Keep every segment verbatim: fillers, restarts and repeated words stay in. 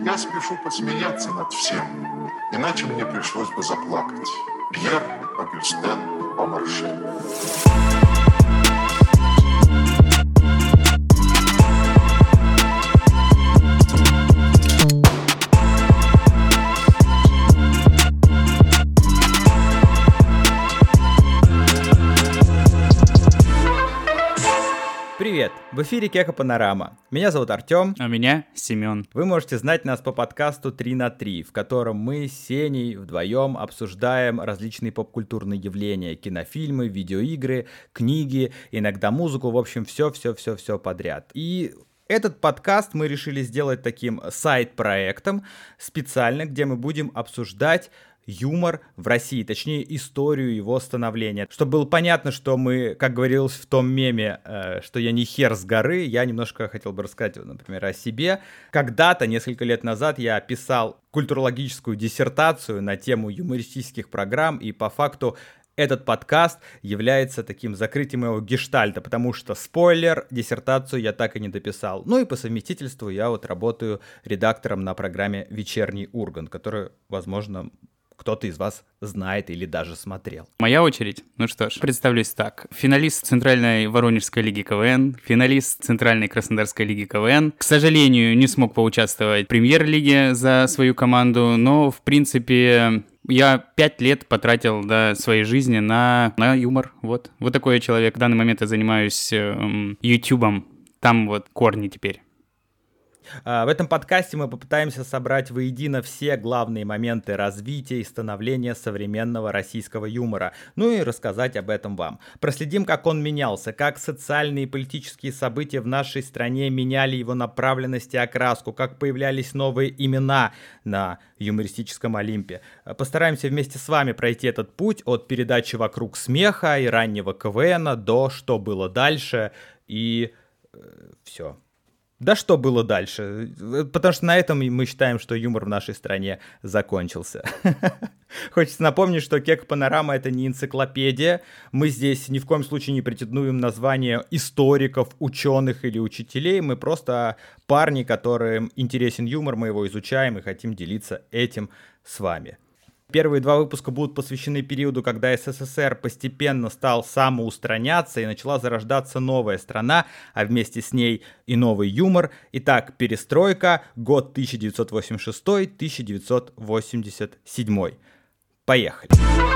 Я спешу посмеяться над всем, иначе мне пришлось бы заплакать. Пьер Огюстен Бомарше. Привет! В эфире Кека Панорама. Меня зовут Артём. А меня Семён. Вы можете знать нас по подкасту три на три, в котором мы с Сеней вдвоем обсуждаем различные попкультурные явления, кинофильмы, видеоигры, книги, иногда музыку, в общем, все-все-все-все подряд. И этот подкаст мы решили сделать таким сайд-проектом специально, где мы будем обсуждать юмор в России, точнее историю его становления. Чтобы было понятно, что мы, как говорилось в том меме, э, что я не хер с горы, я немножко хотел бы рассказать, например, о себе. Когда-то, несколько лет назад, я писал культурологическую диссертацию на тему юмористических программ, и по факту этот подкаст является таким закрытием моего гештальта, потому что, спойлер, диссертацию я так и не дописал. Ну и по совместительству я вот работаю редактором на программе «Вечерний Ургант», которую, возможно, кто-то из вас знает или даже смотрел. Моя очередь. Ну что ж, представлюсь так. Финалист Центральной Воронежской лиги КВН, финалист Центральной Краснодарской лиги КВН. К сожалению, не смог поучаствовать в премьер-лиге за свою команду, но, в принципе, я пять лет потратил до своей жизни на, на юмор. Вот. Вот такой я человек. В данный момент я занимаюсь эм, ютубом. Там вот корни теперь. В этом подкасте мы попытаемся собрать воедино все главные моменты развития и становления современного российского юмора, ну и рассказать об этом вам. Проследим, как он менялся, как социальные и политические события в нашей стране меняли его направленность и окраску, как появлялись новые имена на юмористическом Олимпе. Постараемся вместе с вами пройти этот путь от передачи «Вокруг смеха» и раннего КВНа до «Что было дальше» и э, все. Да что было дальше? Потому что на этом мы считаем, что юмор в нашей стране закончился. Хочется напомнить, что Кека Панорама — это не энциклопедия. Мы здесь ни в коем случае не претендуем на звание историков, ученых или учителей. Мы просто парни, которым интересен юмор, мы его изучаем и хотим делиться этим с вами. Первые два выпуска будут посвящены периоду, когда СССР постепенно стал самоустраняться и начала зарождаться новая страна, а вместе с ней и новый юмор. Итак, перестройка, год тысяча девятьсот восемьдесят шестой - тысяча девятьсот восемьдесят седьмой. Поехали.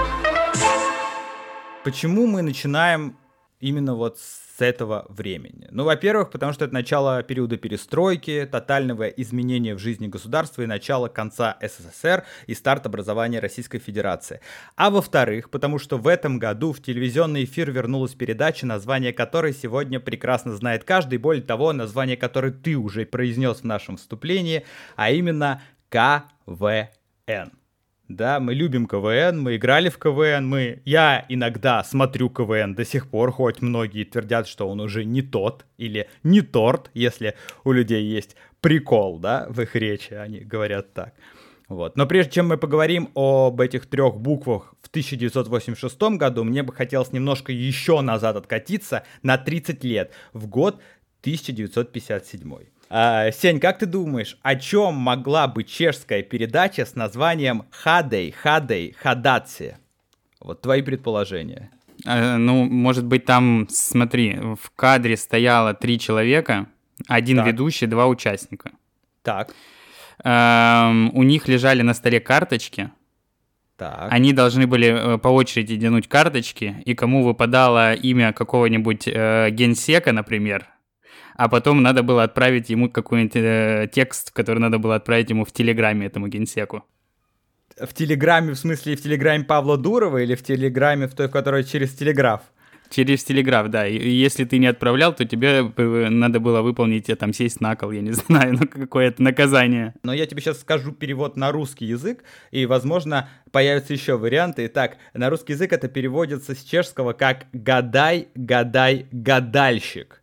Почему мы начинаем именно вот с этого времени? Ну, во-первых, потому что это начало периода перестройки, тотального изменения в жизни государства и начало конца СССР и старт образования Российской Федерации. А во-вторых, потому что в этом году в телевизионный эфир вернулась передача, название которой сегодня прекрасно знает каждый, более того, название которой ты уже произнес в нашем вступлении, а именно КВН. Да, мы любим КВН, мы играли в КВН, мы... я иногда смотрю КВН до сих пор, хоть многие твердят, что он уже не тот или не торт, если у людей есть прикол, да, в их речи, они говорят так. Вот. Но прежде чем мы поговорим об этих трех буквах в тысяча девятьсот восемьдесят шестом году, мне бы хотелось немножко еще назад откатиться на тридцать лет, в год тысяча девятьсот пятьдесят седьмой. А, Сень, как ты думаешь, о чем могла быть чешская передача с названием «Хадей, Хадей, Хадаци»? Вот твои предположения. А, ну, может быть, там, смотри, в кадре стояло три человека, один так. ведущий, два участника. Так. Эм, у них лежали на столе карточки. Так. Они должны были по очереди тянуть карточки, и кому выпадало имя какого-нибудь э, генсека, например, а потом надо было отправить ему какой-нибудь э, текст, который надо было отправить ему в Телеграме, этому генсеку. В Телеграме, в смысле, в Телеграме Павла Дурова или в Телеграме, в той, в которой через Телеграф? Через Телеграф, да. И если ты не отправлял, то тебе надо было выполнить, там, сесть на кол, я не знаю, ну, какое-то наказание. Но я тебе сейчас скажу перевод на русский язык, и, возможно, появятся еще варианты. Итак, на русский язык это переводится с чешского как «гадай, гадай, гадальщик».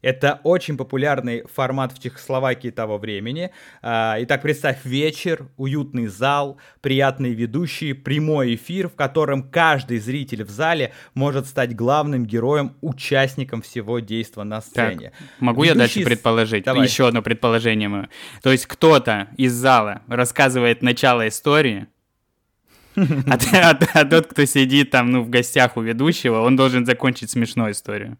Это очень популярный формат в Чехословакии того времени. Итак, представь вечер, уютный зал, приятные ведущие, прямой эфир, в котором каждый зритель в зале может стать главным героем, участником всего действа на сцене. Так, могу Ведущий... я дальше предположить? Давай. Еще одно предположение мое. То есть кто-то из зала рассказывает начало истории, а, а, а тот, кто сидит там, ну, в гостях у ведущего, он должен закончить смешную историю.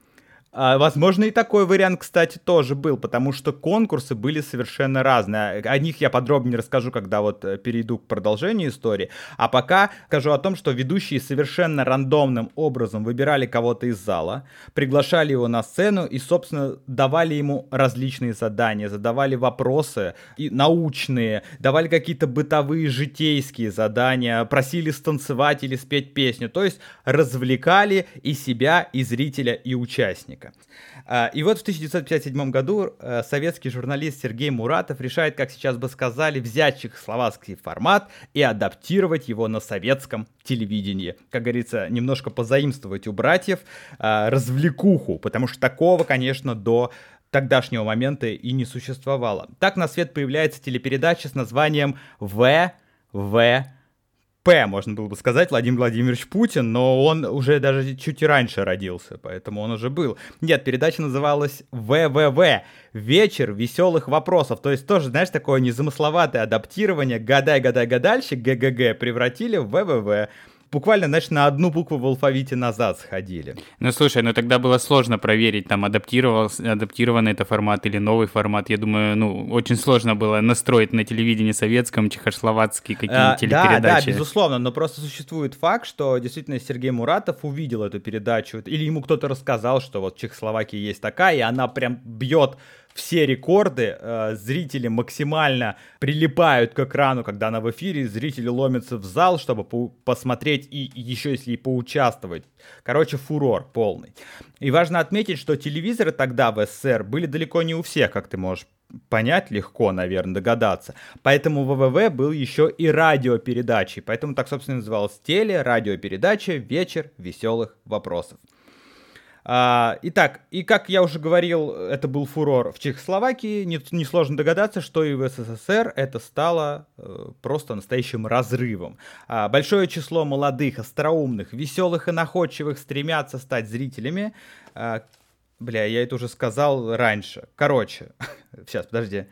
А, возможно, и такой вариант, кстати, тоже был, потому что конкурсы были совершенно разные. О них я подробнее расскажу, когда вот перейду к продолжению истории. А пока скажу о том, что ведущие совершенно рандомным образом выбирали кого-то из зала, приглашали его на сцену и, собственно, давали ему различные задания, задавали вопросы и научные, давали какие-то бытовые, житейские задания, просили станцевать или спеть песню. То есть развлекали и себя, и зрителя, и участника. И вот в тысяча девятьсот пятьдесят седьмом году советский журналист Сергей Муратов решает, как сейчас бы сказали, взять чехословацкий формат и адаптировать его на советском телевидении. Как говорится, немножко позаимствовать у братьев развлекуху, потому что такого, конечно, до тогдашнего момента и не существовало. Так на свет появляется телепередача с названием «вэ вэ П», можно было бы сказать, Владимир Владимирович Путин, но он уже даже чуть раньше родился, поэтому он уже был. Нет, передача называлась вэ вэ вэ — «Вечер веселых вопросов». То есть тоже, знаешь, такое незамысловатое адаптирование «Гадай, гадай, гадальщик» гэ гэ гэ превратили в вэ вэ вэ. Буквально, знаешь, на одну букву в алфавите назад сходили. Ну, слушай, ну тогда было сложно проверить, там, адаптировался, адаптированный это формат или новый формат. Я думаю, ну, очень сложно было настроить на телевидении советском, чехословацкие какие-нибудь а, телепередачи. Да, да, безусловно, но просто существует факт, что действительно Сергей Муратов увидел эту передачу, или ему кто-то рассказал, что вот в Чехословакии есть такая, и она прям бьет все рекорды, э, зрители максимально прилипают к экрану, когда она в эфире, зрители ломятся в зал, чтобы по- посмотреть и, и еще если и поучаствовать. Короче, фурор полный. И важно отметить, что телевизоры тогда в СССР были далеко не у всех, как ты можешь понять легко, наверное, догадаться. Поэтому вэ вэ вэ был еще и радиопередачей. Поэтому так, собственно, называлась теле-радиопередача «Вечер веселых вопросов». А, итак, и как я уже говорил, это был фурор в Чехословакии. Несложно догадаться, что и в эс эс эс эр это стало э, просто настоящим разрывом. А, большое число молодых, остроумных, веселых и находчивых стремятся стать зрителями. А, бля, я это уже сказал раньше. Короче, сейчас, подожди.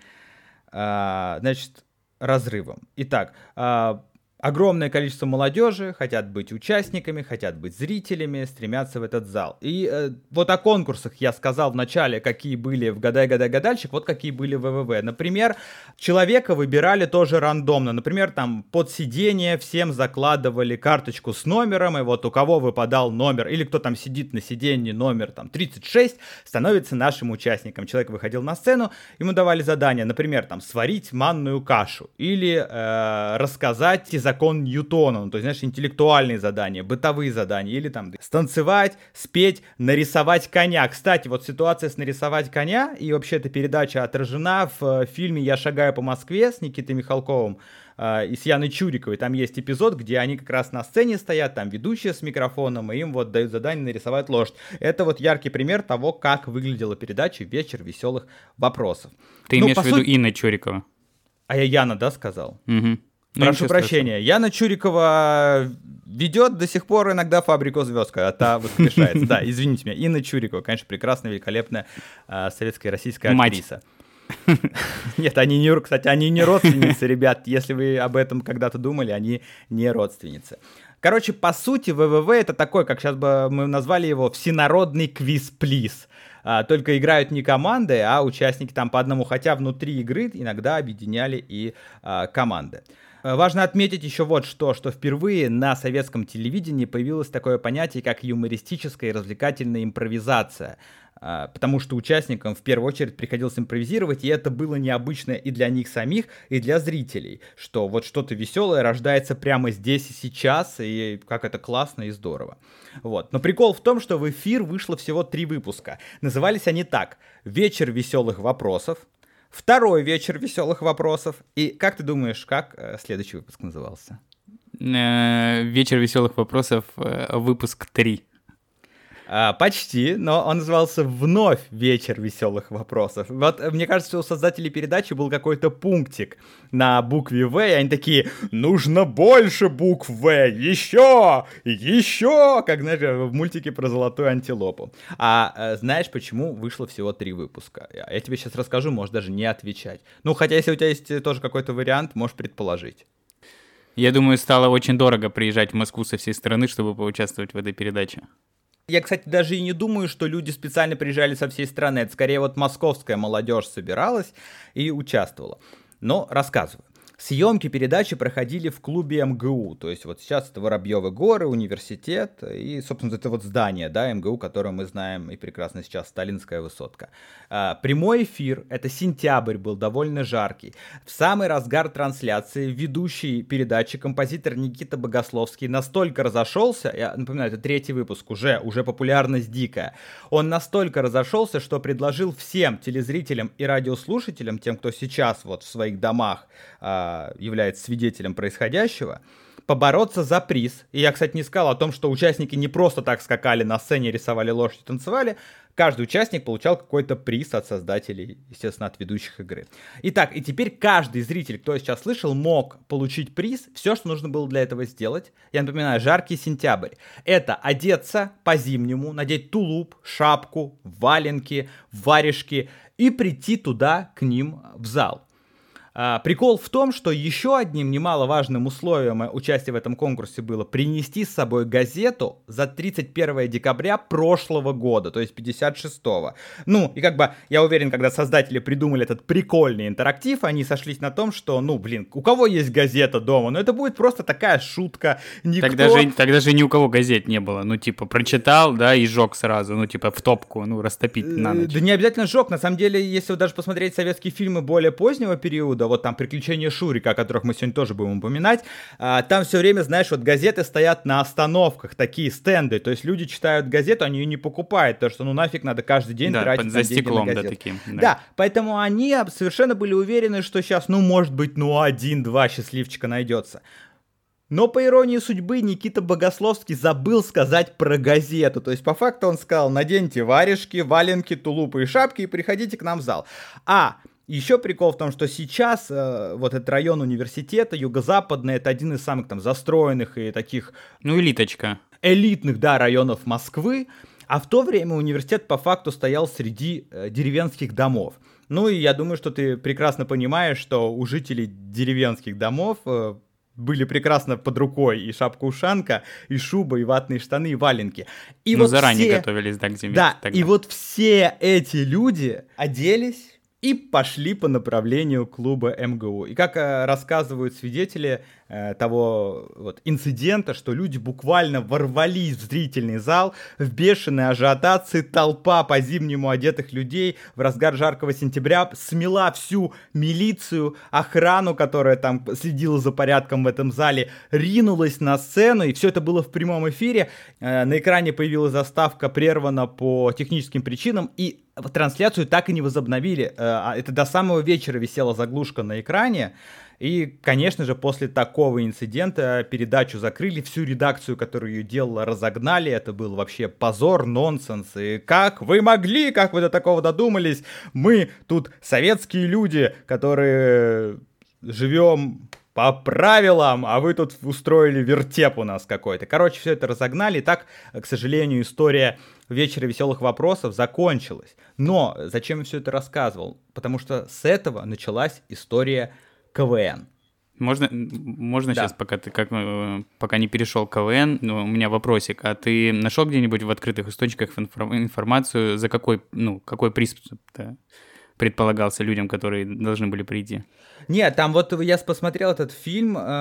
А, значит, разрывом. Итак, а, огромное количество молодежи хотят быть участниками, хотят быть зрителями, стремятся в этот зал. И э, вот о конкурсах я сказал в начале, какие были в «Гадай, гадай, гадальщик», вот какие были в вэ вэ вэ. Например, человека выбирали тоже рандомно. Например, там под сиденье всем закладывали карточку с номером, и вот у кого выпадал номер, или кто там сидит на сиденье номер там тридцать шесть, становится нашим участником. Человек выходил на сцену, ему давали задание, например, там сварить манную кашу, или э, рассказать закон Ньютона, ну, то есть, знаешь, интеллектуальные задания, бытовые задания, или там станцевать, спеть, нарисовать коня. Кстати, вот ситуация с нарисовать коня, и вообще эта передача отражена в фильме «Я шагаю по Москве» с Никитой Михалковым э, и с Яной Чуриковой. Там есть эпизод, где они как раз на сцене стоят, там ведущие с микрофоном, и им вот дают задание нарисовать лошадь. Это вот яркий пример того, как выглядела передача «Вечер веселых вопросов». Ты ну, имеешь в виду сути... Инна Чурикова? А я Яна, да, сказал? Угу. Ну, прошу прощения, страшного. Яна Чурикова ведет до сих пор иногда «Фабрику звезд», когда та воскрешается. Да, извините меня, Инна Чурикова, конечно, прекрасная, великолепная э, советская и российская актриса. Нет, они не, кстати, они не родственницы, ребят, если вы об этом когда-то думали, они не родственницы. Короче, по сути, вэ вэ вэ это такой, как сейчас бы мы назвали его, всенародный квиз-плиз. А, только играют не команды, а участники там по одному, хотя внутри игры иногда объединяли и а, команды. Важно отметить еще вот что, что впервые на советском телевидении появилось такое понятие, как юмористическая и развлекательная импровизация, потому что участникам в первую очередь приходилось импровизировать, и это было необычно и для них самих, и для зрителей, что вот что-то веселое рождается прямо здесь и сейчас, и как это классно и здорово. Вот. Но прикол в том, что в эфир вышло всего три выпуска. Назывались они так: «Вечер веселых вопросов», «Второй вечер веселых вопросов». И как ты думаешь, как э, следующий выпуск назывался? Вечер веселых вопросов, выпуск три. А, почти, но он назывался «Вновь вечер веселых вопросов». Вот мне кажется, у создателей передачи был какой-то пунктик на букве «В», и они такие: нужно больше букв «В», еще, еще, как, знаешь, в мультике про золотую антилопу. А, а знаешь, почему вышло всего три выпуска? Я тебе сейчас расскажу, можешь даже не отвечать. Ну, хотя если у тебя есть тоже какой-то вариант, можешь предположить. Я думаю, стало очень дорого приезжать в Москву со всей страны, чтобы поучаствовать в этой передаче. Я, кстати, даже и не думаю, что люди специально приезжали со всей страны. Это скорее вот московская молодежь собиралась и участвовала. Но рассказываю. Съемки передачи проходили в клубе эм гэ у, то есть вот сейчас это Воробьевы горы, университет и, собственно, это вот здание, да, эм гэ у, которое мы знаем и прекрасно сейчас, Сталинская высотка. А, прямой эфир, это сентябрь был, довольно жаркий. В самый разгар трансляции ведущий передачи, композитор Никита Богословский настолько разошелся, я напоминаю, это третий выпуск, уже, уже популярность дикая, он настолько разошелся, что предложил всем телезрителям и радиослушателям, тем, кто сейчас вот в своих домах является свидетелем происходящего, побороться за приз. И я, кстати, не сказал о том, что участники не просто так скакали на сцене, рисовали лошадь, танцевали. Каждый участник получал какой-то приз от создателей, естественно, от ведущих игры. Итак, и теперь каждый зритель, кто сейчас слышал, мог получить приз. Все, что нужно было для этого сделать, я напоминаю, жаркий сентябрь, это одеться по-зимнему, надеть тулуп, шапку, валенки, варежки и прийти туда, к ним, в зал. А, прикол в том, что еще одним немаловажным условием участия в этом конкурсе было принести с собой газету за тридцать первое декабря прошлого года, то есть пятьдесят шестого. Ну, и как бы, я уверен, когда создатели придумали этот прикольный интерактив, они сошлись на том, что, ну, блин, у кого есть газета дома? Ну, это будет просто такая шутка. Никто... Тогда же, тогда же ни у кого газет не было. Ну, типа, прочитал, да, и сжег сразу, ну, типа, в топку, ну, растопить на ночь. Да не обязательно сжег. На самом деле, если даже посмотреть советские фильмы более позднего периода, вот там «Приключения Шурика», о которых мы сегодня тоже будем упоминать, а, там все время, знаешь, вот газеты стоят на остановках, такие стенды, то есть люди читают газету, они ее не покупают, потому что ну нафиг надо каждый день да, тратить за стеклом, деньги на газету. Да, таким, да. Да, поэтому они совершенно были уверены, что сейчас, ну, может быть, ну, один-два счастливчика найдется. Но, по иронии судьбы, Никита Богословский забыл сказать про газету. То есть, по факту он сказал: наденьте варежки, валенки, тулупы и шапки и приходите к нам в зал. А еще прикол в том, что сейчас э, вот этот район университета, юго-западный, это один из самых там застроенных и таких... Ну, элиточка. Элитных, да, районов Москвы. А в то время университет по факту стоял среди э, деревенских домов. Ну и я думаю, что ты прекрасно понимаешь, что у жителей деревенских домов... Э, были прекрасно под рукой и шапка-ушанка, и шуба, и ватные штаны, и валенки. И ну, вот заранее все... готовились, да, к зиме. Да, тогда. И вот все эти люди оделись и пошли по направлению клуба эм гэ у. И как э, рассказывают свидетели э, того вот, инцидента, что люди буквально ворвались в зрительный зал, в бешеной ажиотации, толпа по-зимнему одетых людей в разгар жаркого сентября смела всю милицию, охрану, которая там следила за порядком в этом зале, ринулась на сцену, и все это было в прямом эфире. Э, на экране появилась заставка, прервана по техническим причинам, и трансляцию так и не возобновили. Это до самого вечера висела заглушка на экране. И, конечно же, после такого инцидента передачу закрыли, всю редакцию, которая ее делала, разогнали. Это был вообще позор, нонсенс. И как вы могли, как вы до такого додумались? Мы тут советские люди, которые живем по правилам, а вы тут устроили вертеп у нас какой-то. Короче, все это разогнали. И так, к сожалению, история вечера веселых вопросов закончилась. Но зачем я все это рассказывал? Потому что с этого началась история ка вэ эн. Можно, можно да. сейчас, пока ты как, пока не перешел к ка вэ эн, ну, у меня вопросик. А ты нашел где-нибудь в открытых источниках информацию, за какой, ну, какой приз предполагался людям, которые должны были прийти? Нет, там вот я посмотрел этот фильм, э,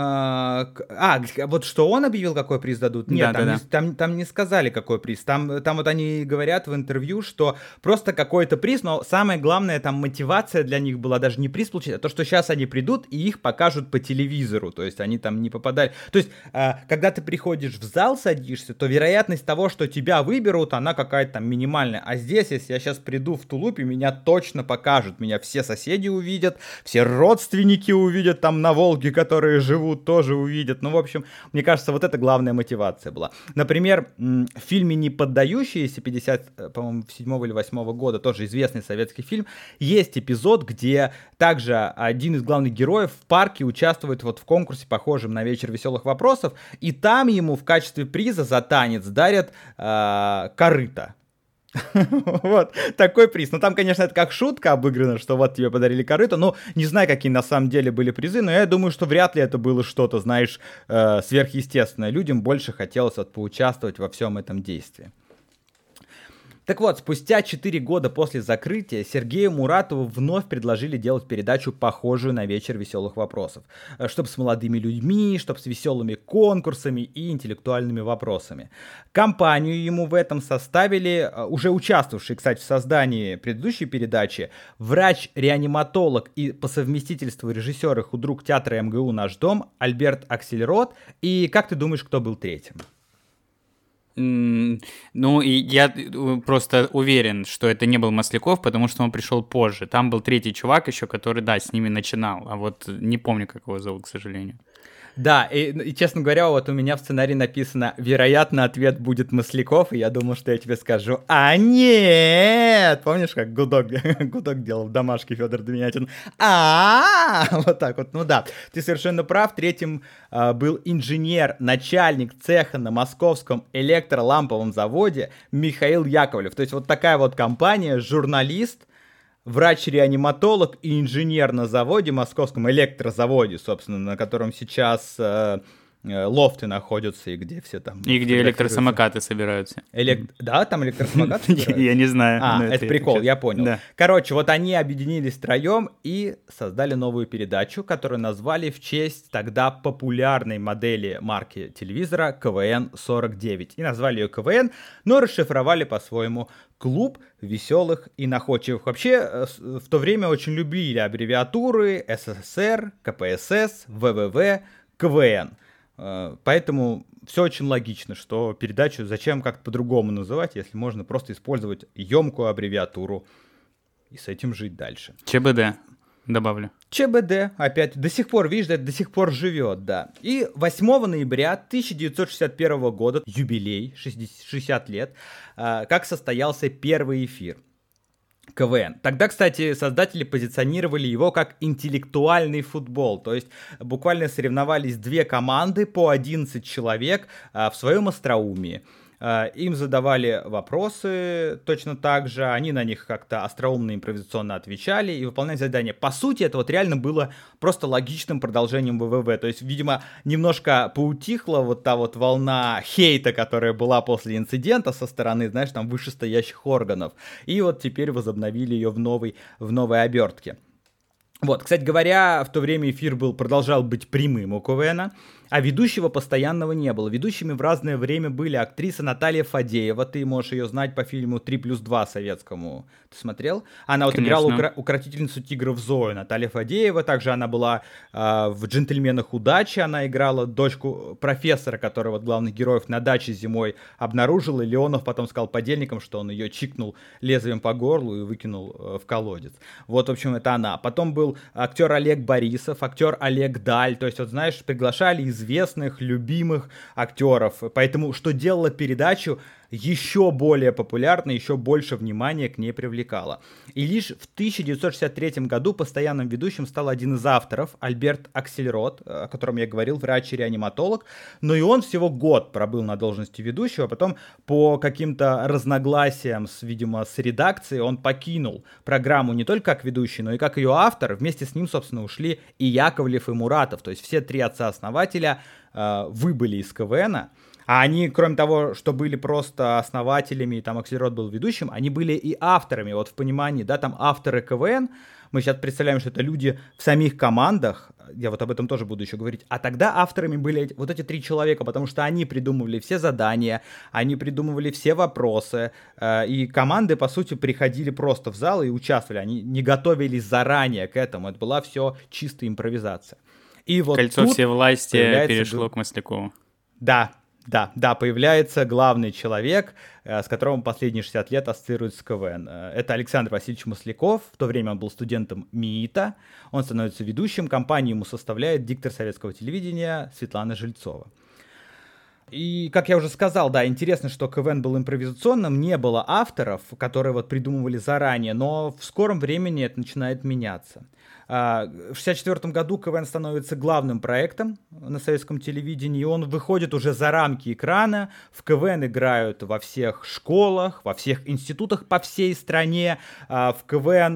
а, вот что он объявил, какой приз дадут? Нет, да, там, да, не, да. Там, там не сказали, какой приз. Там, там вот они говорят в интервью, что просто какой-то приз, но самое главное, там мотивация для них была даже не приз получить, а то, что сейчас они придут и их покажут по телевизору, то есть они там не попадали. То есть, э, когда ты приходишь в зал, садишься, то вероятность того, что тебя выберут, она какая-то там минимальная. А здесь, если я сейчас приду в тулупе, меня точно покажут покажут, меня все соседи увидят, все родственники увидят там на Волге, которые живут, тоже увидят. Ну, в общем, мне кажется, вот это главная мотивация была. Например, в фильме «Не поддающиеся» пятьдесят, по-моему, седьмого или восьмого года, тоже известный советский фильм, есть эпизод, где также один из главных героев в парке участвует вот в конкурсе, похожем на «Вечер веселых вопросов», и там ему в качестве приза за танец дарят э, корыто. Вот, такой приз. Ну, там, конечно, это как шутка обыграно, что вот тебе подарили корыто. Ну, не знаю, какие на самом деле были призы, но я думаю, что вряд ли это было что-то, знаешь, э, сверхъестественное. Людям больше хотелось вот поучаствовать во всем этом действии. Так вот, спустя четыре года после закрытия Сергею Муратову вновь предложили делать передачу, похожую на «Вечер веселых вопросов», чтобы с молодыми людьми, чтобы с веселыми конкурсами и интеллектуальными вопросами. Компанию ему в этом составили уже участвовавший, кстати, в создании предыдущей передачи врач-реаниматолог и по совместительству режиссер и худрук театра эм гэ у «Наш дом» Альберт Аксельрод. И как ты думаешь, кто был третьим? Ну, и я просто уверен, что это не был Масляков, потому что он пришел позже. Там был третий чувак еще, который, да, с ними начинал. А вот не помню, как его зовут, к сожалению. Да, и, и, честно говоря, вот у меня в сценарии написано, вероятно, ответ будет Масляков, и я думал, что я тебе скажу, а нет! Помнишь, как гудок, гудок делал в домашке Федор Доминятин? А, вот так вот, ну да, ты совершенно прав. Третьим а, был инженер, начальник цеха на московском электроламповом заводе Михаил Яковлев. То есть вот такая вот компания, журналист, врач-реаниматолог и инженер на заводе, московском электрозаводе, собственно, на котором сейчас э, э, лофты находятся и где все там... И где электросамокаты собираются. Элек... Да, там электросамокаты собираются? Я не знаю. А, это прикол, я понял. Короче, вот они объединились втроем и создали новую передачу, которую назвали в честь тогда популярной модели марки телевизора ка вэ эн сорок девять. И назвали ее ка вэ эн, но расшифровали по-своему «Клуб веселых и находчивых». Вообще, в то время очень любили аббревиатуры эс эс эс эр, ка пэ эс эс, вэ вэ вэ, ка вэ эн. Поэтому все очень логично, что передачу зачем как-то по-другому называть, если можно просто использовать емкую аббревиатуру и с этим жить дальше. че бэ дэ. Добавлю. че бэ дэ, опять, до сих пор, видишь, это до сих пор живет, да. И восьмого ноября тысяча девятьсот шестьдесят первого года, юбилей, шестьдесят лет, как состоялся первый эфир ка вэ эн. Тогда, кстати, создатели позиционировали его как интеллектуальный футбол, то есть буквально соревновались две команды по одиннадцать человек в своем остроумии. Им задавали вопросы точно так же, они на них как-то остроумно, импровизационно отвечали и выполняли задания. По сути, это вот реально было просто логичным продолжением вэ вэ вэ. То есть, видимо, немножко поутихла вот та вот волна хейта, которая была после инцидента со стороны, знаешь, там вышестоящих органов. И вот теперь возобновили ее в новой, в новой обертке. Вот, кстати говоря, в то время эфир был, продолжал быть прямым у ка вэ эна, а ведущего постоянного не было. Ведущими в разное время были актриса Наталья Фадеева, ты можешь ее знать по фильму «три плюс два» советскому. Ты смотрел? Она вот Конечно. играла укро- укротительницу тигров Зою, Наталья Фадеева. Также она была э, в «Джентльменах удачи», она играла дочку профессора, который вот главных героев на даче зимой обнаружил, и Леонов потом сказал подельникам, что он ее чикнул лезвием по горлу и выкинул э, в колодец. Вот, в общем, это она. Потом был актер Олег Борисов, актер Олег Даль, то есть, вот знаешь, приглашали известных, любимых актеров, поэтому что делало передачу еще более популярной, еще больше внимания к ней привлекало. И лишь в тысяча девятьсот шестьдесят третьем году постоянным ведущим стал один из авторов, Альберт Аксельрод, о котором я говорил, врач-реаниматолог, но и он всего год пробыл на должности ведущего, а потом по каким-то разногласиям, с, видимо, с редакцией он покинул программу не только как ведущий, но и как ее автор. Вместе с ним, собственно, ушли и Яковлев, и Муратов, то есть все три отца-основателя э, выбыли из ка вэ эна. А они, кроме того, что были просто основателями, и там Аксельрод был ведущим, они были и авторами. Вот в понимании, да, там авторы ка вэ эн, мы сейчас представляем, что это люди в самих командах, я вот об этом тоже буду еще говорить, а тогда авторами были вот эти три человека, потому что они придумывали все задания, они придумывали все вопросы, и команды, по сути, приходили просто в зал и участвовали, они не готовились заранее к этому, это была все чистая импровизация. И вот кольцо тут всевластия появляется... перешло к Маслякову. Да, Да, да, появляется главный человек, с которым последние шестьдесят лет ассоциируется с КВН. Это Александр Васильевич Масляков. В то время он был студентом МИИТа. Он становится ведущим. Компанию ему составляет диктор советского телевидения Светлана Жильцова. И, как я уже сказал, да, интересно, что КВН был импровизационным, не было авторов, которые вот придумывали заранее, но в скором времени это начинает меняться. В шестьдесят четвёртом году КВН становится главным проектом на советском телевидении, и он выходит уже за рамки экрана. В КВН играют во всех школах, во всех институтах по всей стране. В КВН,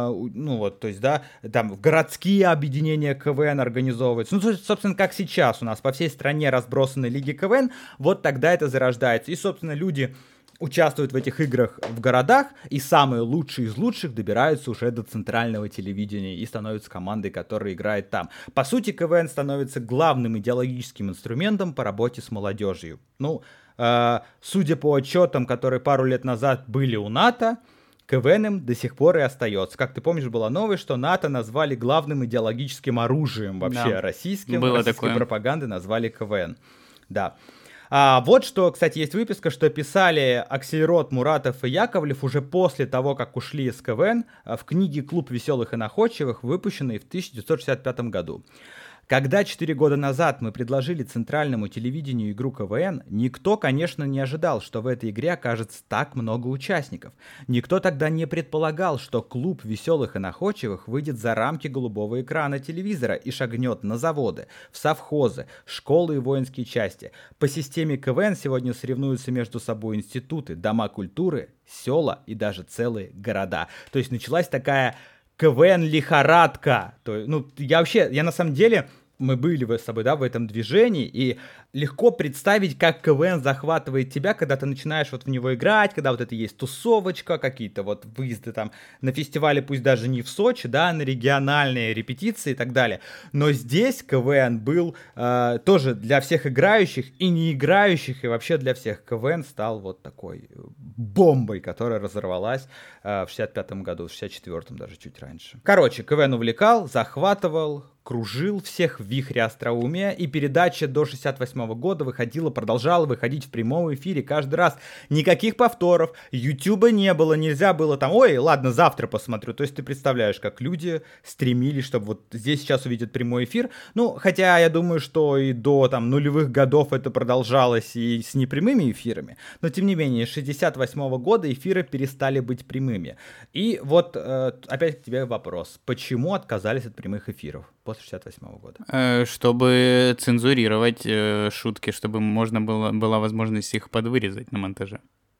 ну вот, то есть, да, там городские объединения КВН организовываются. Ну, собственно, как сейчас у нас по всей стране разбросаны лиги КВН, вот тогда это зарождается. И, собственно, люди участвуют в этих играх в городах, и самые лучшие из лучших добираются уже до центрального телевидения и становятся командой, которая играет там. По сути, КВН становится главным идеологическим инструментом по работе с молодежью. Ну, э, судя по отчетам, которые пару лет назад были у НАТО, КВН им до сих пор и остается. Как ты помнишь, была новость, что НАТО назвали главным идеологическим оружием вообще да. российским. Было российской такое. Пропаганды назвали КВН. Да. А вот что, кстати, есть выписка, что писали Аксельрод, Муратов и Яковлев уже после того, как ушли из КВН, в книге «Клуб веселых и находчивых», выпущенной в тысяча девятьсот шестьдесят пятом году. Когда четыре года назад мы предложили центральному телевидению игру КВН, никто, конечно, не ожидал, что в этой игре окажется так много участников. Никто тогда не предполагал, что клуб веселых и находчивых выйдет за рамки голубого экрана телевизора и шагнет на заводы, в совхозы, школы и воинские части. По системе КВН сегодня соревнуются между собой институты, дома культуры, села и даже целые города. То есть началась такая КВН-лихорадка. То, ну, я вообще, я на самом деле, мы были с тобой, да, в этом движении, и легко представить, как КВН захватывает тебя, когда ты начинаешь вот в него играть, когда вот это есть тусовочка, какие-то вот выезды там на фестивале, пусть даже не в Сочи, да, на региональные репетиции и так далее. Но здесь КВН был э, тоже для всех играющих и не играющих, и вообще для всех. КВН стал вот такой бомбой, которая разорвалась э, в шестьдесят пятом году, в шестьдесят четвёртом даже чуть раньше. Короче, КВН увлекал, захватывал, кружил всех в вихре остроумия, и передача до шестьдесят восьмого года выходила, продолжала выходить в прямом эфире каждый раз. Никаких повторов, Ютуба не было, нельзя было там, ой, ладно, завтра посмотрю. То есть ты представляешь, как люди стремились, чтобы вот здесь сейчас увидят прямой эфир. Ну, хотя я думаю, что и до там нулевых годов это продолжалось и с непрямыми эфирами, но тем не менее, с шестьдесят восьмого года эфиры перестали быть прямыми. И вот э, опять к тебе вопрос, почему отказались от прямых эфиров после шестьдесят восьмого года? Чтобы цензурировать э, шутки, чтобы можно было, была возможность их подвырезать на монтаже.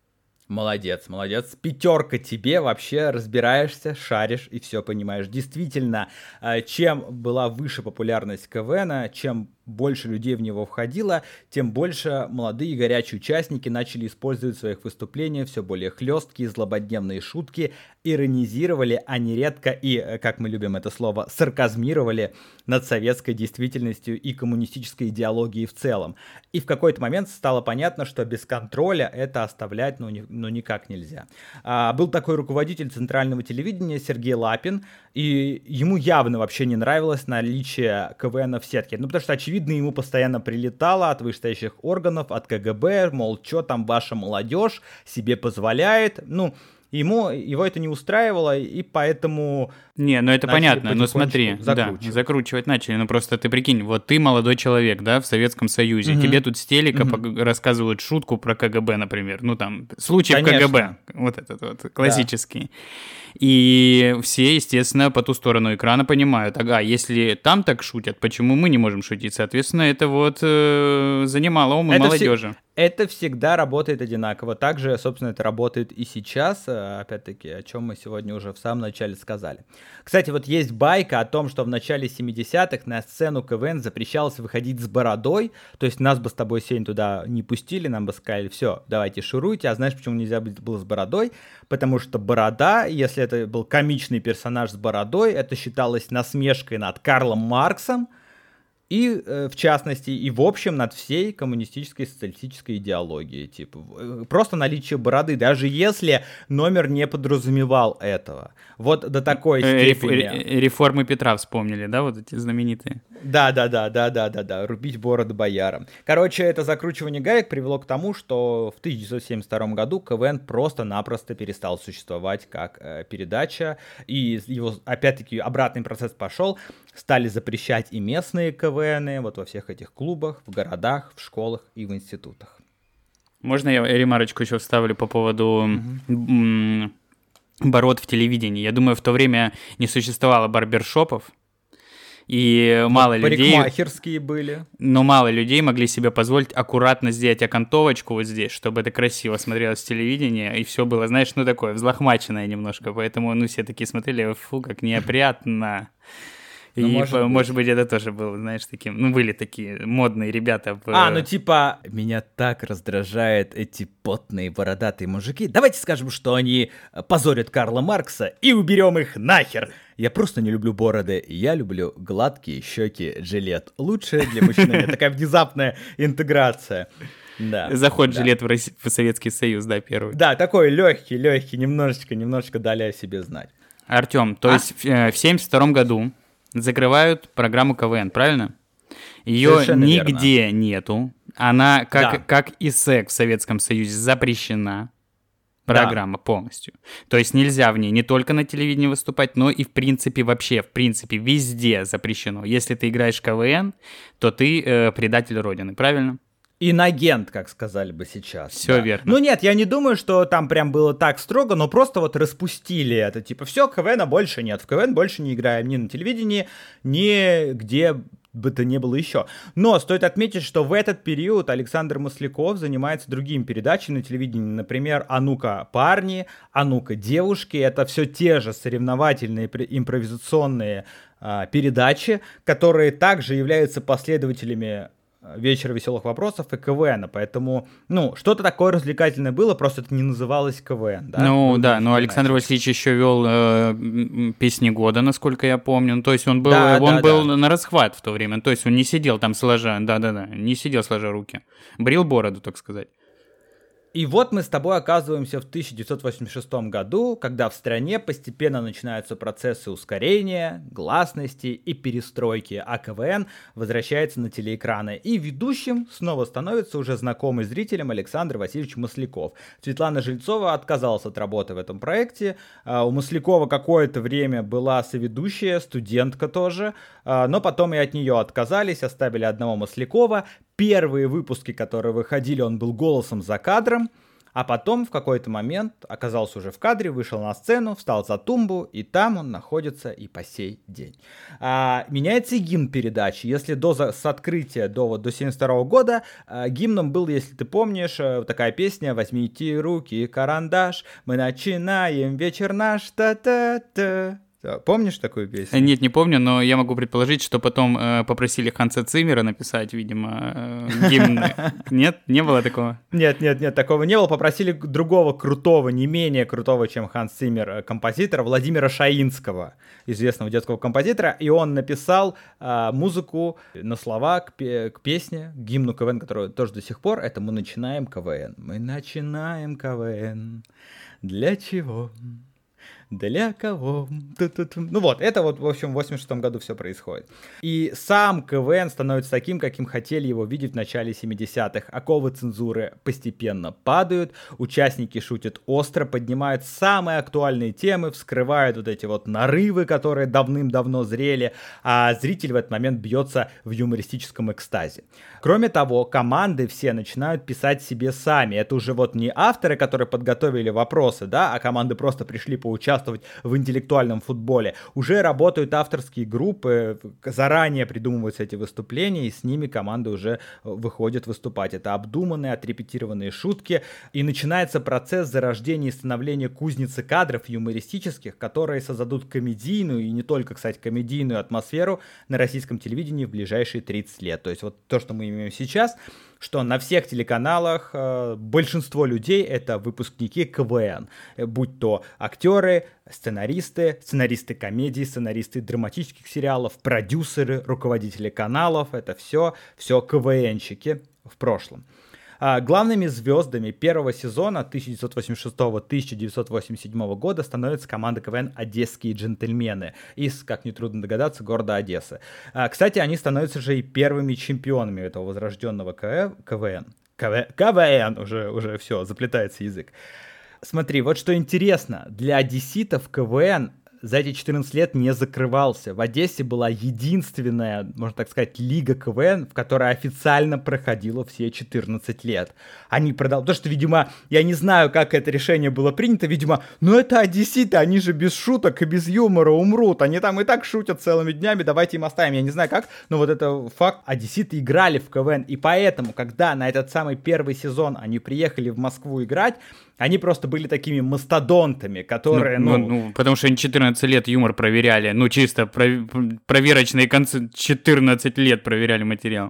Молодец, молодец. Пятерка тебе, вообще разбираешься, шаришь и все понимаешь. Действительно, чем была выше популярность КВНа, чем больше людей в него входило, тем больше молодые горячие участники начали использовать в своих выступлениях все более хлесткие, злободневные шутки, иронизировали, а нередко и, как мы любим это слово, сарказмировали над советской действительностью и коммунистической идеологией в целом. И в какой-то момент стало понятно, что без контроля это оставлять ну, ни, ну никак нельзя. А, был такой руководитель центрального телевидения Сергей Лапин, и ему явно вообще не нравилось наличие КВНа в сетке. Ну, потому что, очевидно, ему постоянно прилетало от вышестоящих органов, от КГБ, мол, что там ваша молодежь себе позволяет. Ну, ему, его это не устраивало, и поэтому... Не, ну это понятно, но смотри, закручивать. да, закручивать начали. Ну просто ты прикинь, вот ты молодой человек, да, в Советском Союзе, mm-hmm. тебе тут с телека mm-hmm. рассказывают шутку про КГБ, например, ну там, случай Конечно. в КГБ, вот этот вот, классический. Да. И все, естественно, по ту сторону экрана понимают, ага, если там так шутят, почему мы не можем шутить? Соответственно, это вот э, занимало умы это молодежи. Все... Это всегда работает одинаково. Также, собственно, это работает и сейчас, опять-таки, о чем мы сегодня уже в самом начале сказали. Кстати, вот есть байка о том, что в начале семидесятых на сцену КВН запрещалось выходить с бородой, то есть нас бы с тобой, Сень, туда не пустили, нам бы сказали, все, давайте шуруйте, а знаешь, почему нельзя было с бородой? Потому что борода, если это был комичный персонаж с бородой, это считалось насмешкой над Карлом Марксом, и, э, в частности, и в общем над всей коммунистической социалистической идеологией. Типа, просто наличие бороды, даже если номер не подразумевал этого. Вот до такой степени. Реформы Петра вспомнили, да, вот эти знаменитые? Да-да-да-да-да-да-да, рубить бороды боярам. Короче, это закручивание гаек привело к тому, что в тысяча девятьсот семьдесят втором году КВН просто-напросто перестал существовать как э, передача, и его, опять-таки, обратный процесс пошел, стали запрещать и местные КВНы, вот во всех этих клубах, в городах, в школах и в институтах. Можно я ремарочку еще вставлю по поводу mm-hmm. бород в телевидении? Я думаю, в то время не существовало барбершопов, и ну, мало людей... Парикмахерские были. Но мало людей могли себе позволить аккуратно сделать окантовочку вот здесь, чтобы это красиво смотрелось в телевидении, и все было, знаешь, ну такое, взлохмаченное немножко, поэтому, ну, все такие смотрели, фу, как неопрятно. И, ну, может, по, быть. может быть, это тоже было, знаешь, таким... Ну, были такие модные ребята. В... А, ну типа, меня так раздражают эти потные бородатые мужики. Давайте скажем, что они позорят Карла Маркса и уберем их нахер. Я просто не люблю бороды. Я люблю гладкие щеки Gillette. Лучшая для мужчины. Такая внезапная интеграция. Да, Заход да. Gillette в, Росси... в Советский Союз, да, первый. Да, такой легкий, легкий, немножечко, немножечко дали о себе знать. Артем, то а? есть в семьдесят втором году закрывают программу КВН, правильно? Ее Совершенно нигде верно. нету. Она, как, да. как и секс в Советском Союзе, запрещена. Программа да. полностью. То есть нельзя в ней не только на телевидении выступать, но и в принципе вообще, в принципе, везде запрещено. Если ты играешь в КВН, то ты э, предатель Родины, правильно? Инагент, как сказали бы сейчас. Все да. верно. Ну нет, я не думаю, что там прям было так строго, но просто вот распустили это. Типа, все, КВНа больше нет. В КВН больше не играем ни на телевидении, ни где бы то ни было еще. Но стоит отметить, что в этот период Александр Масляков занимается другими передачами на телевидении. Например, «А ну-ка, парни», «А ну-ка, девушки». Это все те же соревновательные импровизационные а, передачи, которые также являются последователями «Вечера веселых вопросов» и КВН, поэтому, ну, что-то такое развлекательное было, просто это не называлось КВН, да? Ну, да, но Александр иначе. Васильевич еще вел э, «Песни года», насколько я помню, ну, то есть он был, да, он да, был да. на расхват в то время, то есть он не сидел там сложа, да-да-да, не сидел сложа руки, брил бороду, так сказать. И вот мы с тобой оказываемся в тысяча девятьсот восемьдесят шестом году, когда в стране постепенно начинаются процессы ускорения, гласности и перестройки, а КВН возвращается на телеэкраны. И ведущим снова становится уже знакомый зрителям Александр Васильевич Масляков. Светлана Жильцова отказалась от работы в этом проекте. У Маслякова какое-то время была соведущая, студентка тоже, но потом и от нее отказались, оставили одного Маслякова. Первые выпуски, которые выходили, он был голосом за кадром, а потом в какой-то момент оказался уже в кадре, вышел на сцену, встал за тумбу, и там он находится и по сей день. А, меняется и гимн передачи. Если до, с открытия до, вот, до семьдесят второго года а, гимном был, если ты помнишь, такая песня «Возьмите руки, карандаш, мы начинаем вечер наш, та-та-та». Помнишь такую песню? Нет, не помню, но я могу предположить, что потом э, попросили Ханса Циммера написать, видимо, э, гимн. Нет? Не было такого? Нет, нет, нет, такого не было. Попросили другого крутого, не менее крутого, чем Ханс Циммер, композитора Владимира Шаинского, известного детского композитора, и он написал э, музыку на слова к, пе- к песне, к гимну КВН, который тоже до сих пор, это «Мы начинаем КВН». Мы начинаем КВН. Для чего? Для кого? Ту-ту-ту. Ну вот, это вот, в общем, в восемьдесят шестом году все происходит. И сам КВН становится таким, каким хотели его видеть в начале семидесятых. Оковы цензуры постепенно падают, участники шутят остро, поднимают самые актуальные темы, вскрывают вот эти вот нарывы, которые давным-давно зрели, а зритель в этот момент бьется в юмористическом экстазе. Кроме того, команды все начинают писать себе сами. Это уже вот не авторы, которые подготовили вопросы, да, а команды просто пришли поучаствовать в интеллектуальном футболе. Уже работают авторские группы, заранее придумываются эти выступления, и с ними команды уже выходят выступать. Это обдуманные, отрепетированные шутки, и начинается процесс зарождения и становления кузницы кадров юмористических, которые создадут комедийную, и не только, кстати, комедийную атмосферу на российском телевидении в ближайшие тридцать лет. То есть вот то, что мы имеем сейчас, что на всех телеканалах э, большинство людей — это выпускники КВН, будь то актеры, сценаристы, сценаристы комедий, сценаристы драматических сериалов, продюсеры, руководители каналов, это все, все КВНщики в прошлом. А, главными звездами первого сезона тысяча девятьсот восемьдесят шестого — тысяча девятьсот восемьдесят седьмого года становится команда КВН «Одесские джентльмены» из, как нетрудно догадаться, города Одессы. А, кстати, они становятся же и первыми чемпионами этого возрожденного КВН. КВ... КВН, уже, уже все, заплетается язык. Смотри, вот что интересно, для одесситов КВН за эти четырнадцать лет не закрывался. В Одессе была единственная, можно так сказать, лига КВН, в которой официально проходила все четырнадцать лет. Они продолжали, потому что, видимо, я не знаю, как это решение было принято, видимо, ну это одесситы, они же без шуток и без юмора умрут, они там и так шутят целыми днями, давайте им оставим. Я не знаю как, но вот это факт, одесситы играли в КВН, и поэтому, когда на этот самый первый сезон они приехали в Москву играть, они просто были такими мастодонтами, которые, ну... ну, ну потому что они четырнадцать лет юмор проверяли, ну, чисто про- проверочные концы, четырнадцать лет проверяли материал.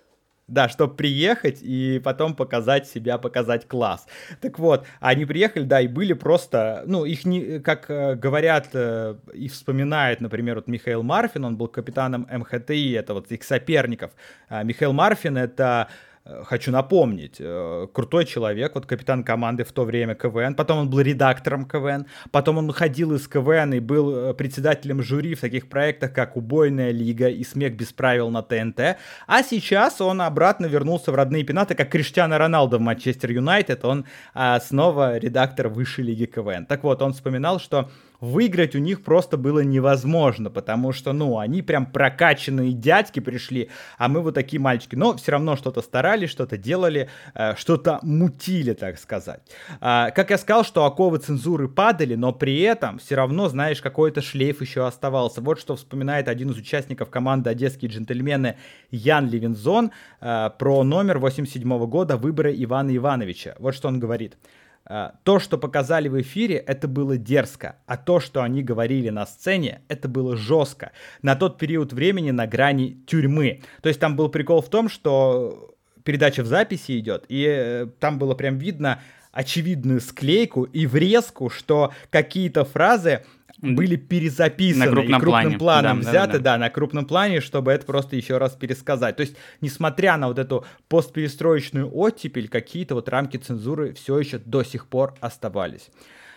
Да, чтобы приехать и потом показать себя, показать класс. Так вот, они приехали, да, и были просто, ну, их, не, как э, говорят э, и вспоминает, например, вот Михаил Марфин, он был капитаном эм ха тэ и, это вот их соперников. А Михаил Марфин — это... Хочу напомнить, крутой человек, вот капитан команды в то время КВН, потом он был редактором КВН, потом он уходил из КВН и был председателем жюри в таких проектах, как «Убойная лига» и «Смех без правил» на тэ эн тэ, а сейчас он обратно вернулся в родные пенаты, как Криштиану Роналду в Манчестер Юнайтед, он а, снова редактор высшей лиги КВН. Так вот, он вспоминал, что выиграть у них просто было невозможно, потому что, ну, они прям прокачанные дядьки пришли, а мы вот такие мальчики. Но все равно что-то старались, что-то делали, э, что-то мутили, так сказать. А, как я сказал, что оковы цензуры падали, но при этом все равно, знаешь, какой-то шлейф еще оставался. Вот что вспоминает один из участников команды «Одесские джентльмены» Ян Левинзон э, про номер восемьдесят седьмого года «Выборы Ивана Ивановича». Вот что он говорит. То, что показали в эфире, это было дерзко, а то, что они говорили на сцене, это было жестко. На тот период времени на грани тюрьмы. То есть там был прикол в том, что передача в записи идет, и э, там было прям видно очевидную склейку и врезку, что какие-то фразы были перезаписаны на крупном и крупным плане. планом да, взяты, да, да. да, на крупном плане, чтобы это просто еще раз пересказать. То есть, несмотря на вот эту постперестроечную оттепель, какие-то вот рамки цензуры все еще до сих пор оставались.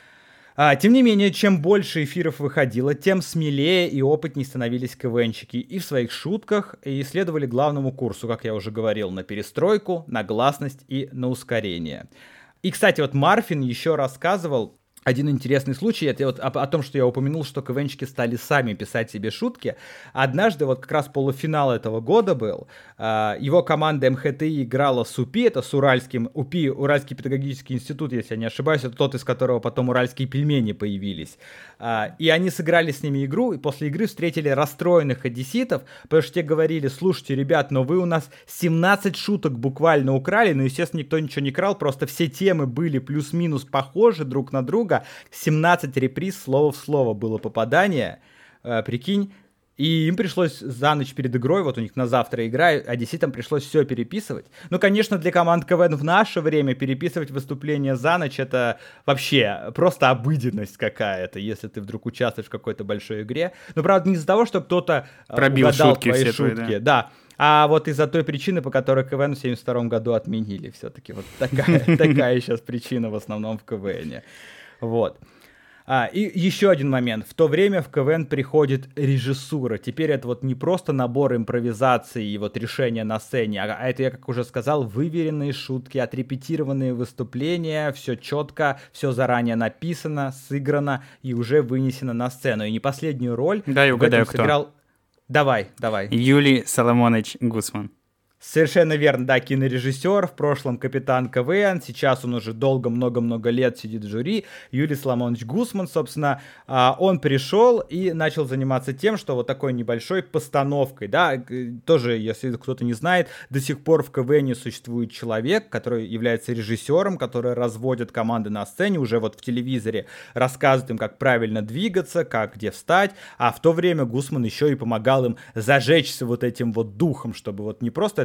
А, тем не менее, чем больше эфиров выходило, тем смелее и опытнее становились КВНщики и в своих шутках, и следовали главному курсу, как я уже говорил, на перестройку, на гласность и на ускорение. И, кстати, вот Марфин еще рассказывал один интересный случай, это вот о, о том, что я упомянул, что КВНщики стали сами писать себе шутки. Однажды, вот как раз полуфинал этого года был, э, его команда эм ха тэ и играла с УПИ, это с Уральским, УПИ, Уральский педагогический институт, если я не ошибаюсь, это тот, из которого потом уральские пельмени появились. Э, и они сыграли с ними игру, и после игры встретили расстроенных одесситов, потому что те говорили: слушайте, ребят, но вы у нас семнадцать шуток буквально украли, но, естественно, никто ничего не крал, просто все темы были плюс-минус похожи друг на друга, семнадцать реприз, слово в слово было попадание, э, прикинь, и им пришлось за ночь перед игрой, вот у них на завтра игра, одесситам пришлось все переписывать. Ну, конечно, для команд КВН в наше время переписывать выступления за ночь — это вообще просто обыденность какая-то, если ты вдруг участвуешь в какой-то большой игре. Но, правда, не из-за того, что кто-то пробил угадал шутки твои все шутки, твои, да. да. А вот из-за той причины, по которой КВН в семьдесят втором году отменили. Все-таки вот такая, такая сейчас причина в основном в КВНе. Вот. А, и еще один момент. В то время в КВН приходит режиссура. Теперь это вот не просто набор импровизаций и вот решения на сцене, а это, я как уже сказал, выверенные шутки, отрепетированные выступления, все четко, все заранее написано, сыграно и уже вынесено на сцену. И не последнюю роль да, я угадаю, кто. Сыграл... Давай, давай. Юлий Соломонович Гусман. Совершенно верно, да, кинорежиссер, в прошлом капитан КВН, сейчас он уже долго, много-много лет сидит в жюри. Юлий Соломонович Гусман, собственно, он пришел и начал заниматься тем, что вот такой небольшой постановкой, да, тоже, если кто-то не знает, до сих пор в КВНе существует человек, который является режиссером, который разводит команды на сцене, уже вот в телевизоре рассказывает им, как правильно двигаться, как где встать, а в то время Гусман еще и помогал им зажечься вот этим вот духом, чтобы вот не просто это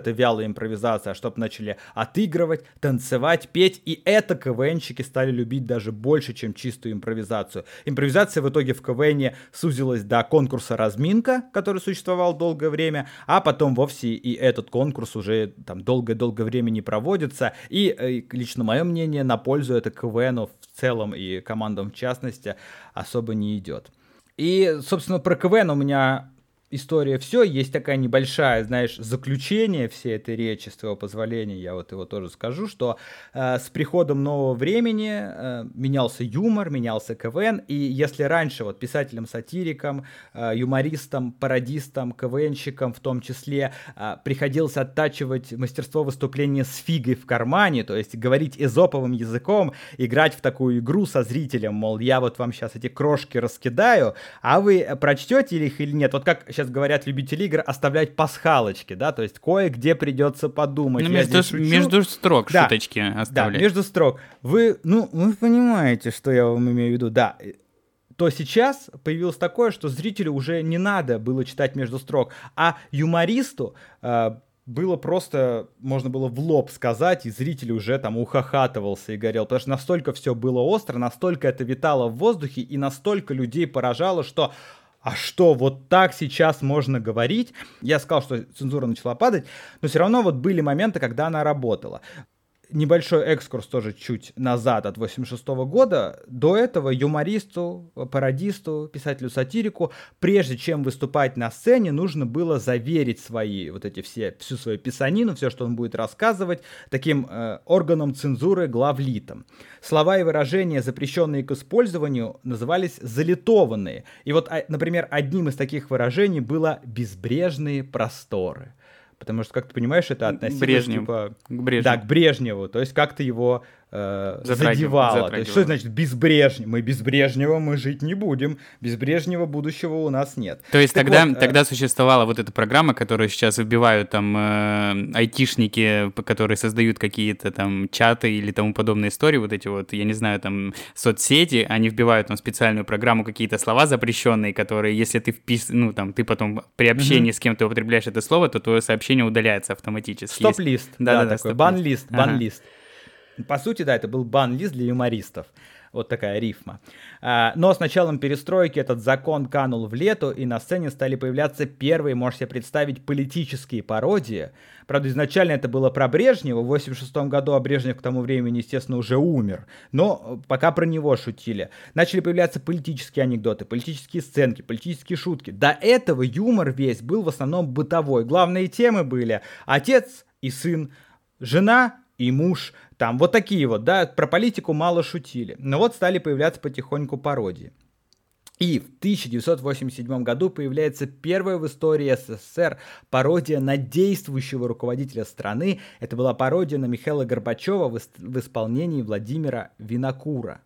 это вялая импровизация, а чтобы начали отыгрывать, танцевать, петь, и это КВНщики стали любить даже больше, чем чистую импровизацию. Импровизация в итоге в КВНе сузилась до конкурса «Разминка», который существовал долгое время, а потом вовсе и этот конкурс уже там долгое-долгое время не проводится, и, и лично мое мнение, на пользу это КВНу в целом и командам в частности особо не идет. И, собственно, про КВН у меня история все, есть такая небольшая, знаешь, заключение всей этой речи, с твоего позволения, я вот его тоже скажу, что э, с приходом нового времени э, менялся юмор, менялся КВН, и если раньше вот писателям-сатирикам, э, юмористам, пародистам, КВНщикам в том числе э, приходилось оттачивать мастерство выступления с фигой в кармане, то есть говорить эзоповым языком, играть в такую игру со зрителем, мол, я вот вам сейчас эти крошки раскидаю, а вы прочтете их или нет, вот как сейчас говорят любители игр, оставлять пасхалочки, да, то есть кое-где придется подумать. Ну, между, между строк да, шуточки оставлять. Да, между строк. Вы, ну, вы понимаете, что я вам имею в виду, да. То сейчас появилось такое, что зрителю уже не надо было читать между строк, а юмористу э, было просто, можно было в лоб сказать, и зритель уже там ухахатывался и горел, потому что настолько все было остро, настолько это витало в воздухе, и настолько людей поражало, что а что, вот так сейчас можно говорить? Я сказал, что цензура начала падать, но все равно вот были моменты, когда она работала. Небольшой экскурс тоже чуть назад от восемьдесят шестого года. До этого юмористу, пародисту, писателю-сатирику, прежде чем выступать на сцене, нужно было заверить свои, вот эти все, всю свою писанину, все, что он будет рассказывать, таким э, органом цензуры главлитом. Слова и выражения, запрещенные к использованию, назывались залитованные. И вот, например, одним из таких выражений было «безбрежные просторы». Потому что, как ты понимаешь, это относилось Брежнев. типа, к Брежневу. Да, к Брежневу. То есть как-то его э, задевало. То есть что значит без Брежнева? Мы без Брежнева мы жить не будем. Без Брежнева будущего у нас нет. То есть так тогда, вот, тогда э... существовала вот эта программа, которую сейчас вбивают там э, айтишники, которые создают какие-то там чаты или тому подобные истории, вот эти вот, я не знаю, там соцсети, они вбивают там специальную программу, какие-то слова запрещенные, которые, если ты впис... ну там ты потом при общении mm-hmm. с кем-то употребляешь это слово, то твое сообщение удаляется автоматически. Стоп-лист, да, да, да, такой, бан-лист, ага. бан-лист. По сути, да, это был бан-лист для юмористов. Вот такая рифма. А, но с началом перестройки этот закон канул в лету, и на сцене стали появляться первые, можете себе представить, политические пародии. Правда, изначально это было про Брежнева. В восемьдесят шестом году, а Брежнев к тому времени, естественно, уже умер. Но пока про него шутили. Начали появляться политические анекдоты, политические сценки, политические шутки. До этого юмор весь был в основном бытовой. Главные темы были отец и сын, жена и муж, там вот такие вот, да, про политику мало шутили. Но вот стали появляться потихоньку пародии. И в тысяча девятьсот восемьдесят седьмом году появляется первая в истории СССР пародия на действующего руководителя страны. Это была пародия на Михаила Горбачева в, в исполнении Владимира Винокура.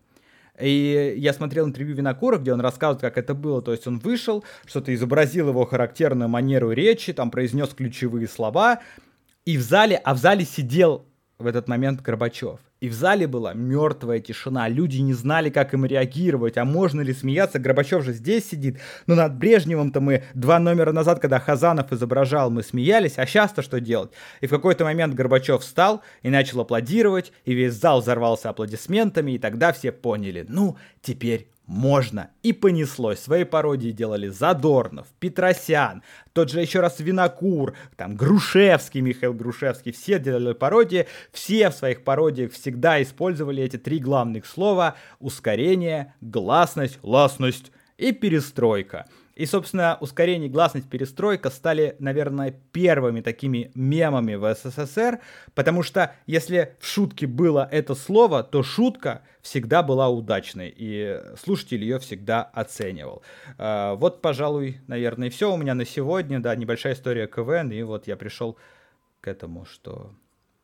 И я смотрел интервью Винокура, где он рассказывает, как это было. То есть он вышел, что-то изобразил его характерную манеру речи, там произнес ключевые слова. И в зале, а в зале сидел в этот момент Горбачев. И в зале была мертвая тишина. Люди не знали, как им реагировать. А можно ли смеяться? Горбачев же здесь сидит. Но над Брежневым-то мы два номера назад, когда Хазанов изображал, мы смеялись. А сейчас-то что делать? И в какой-то момент Горбачев встал и начал аплодировать. И весь зал взорвался аплодисментами. И тогда все поняли. Ну, теперь можно. И понеслось. Свои пародии делали Задорнов, Петросян, тот же еще раз Винокур, там Грушевский, Михаил Грушевский. Все делали пародии. Все в своих пародиях всегда использовали эти три главных слова: ускорение, гласность, ласность и перестройка. И, собственно, ускорение, гласность, перестройка стали, наверное, первыми такими мемами в СССР, потому что если в шутке было это слово, то шутка всегда была удачной, и слушатель ее всегда оценивал. Вот, пожалуй, наверное, и все у меня на сегодня. Да, небольшая история КВН, и вот я пришел к этому, что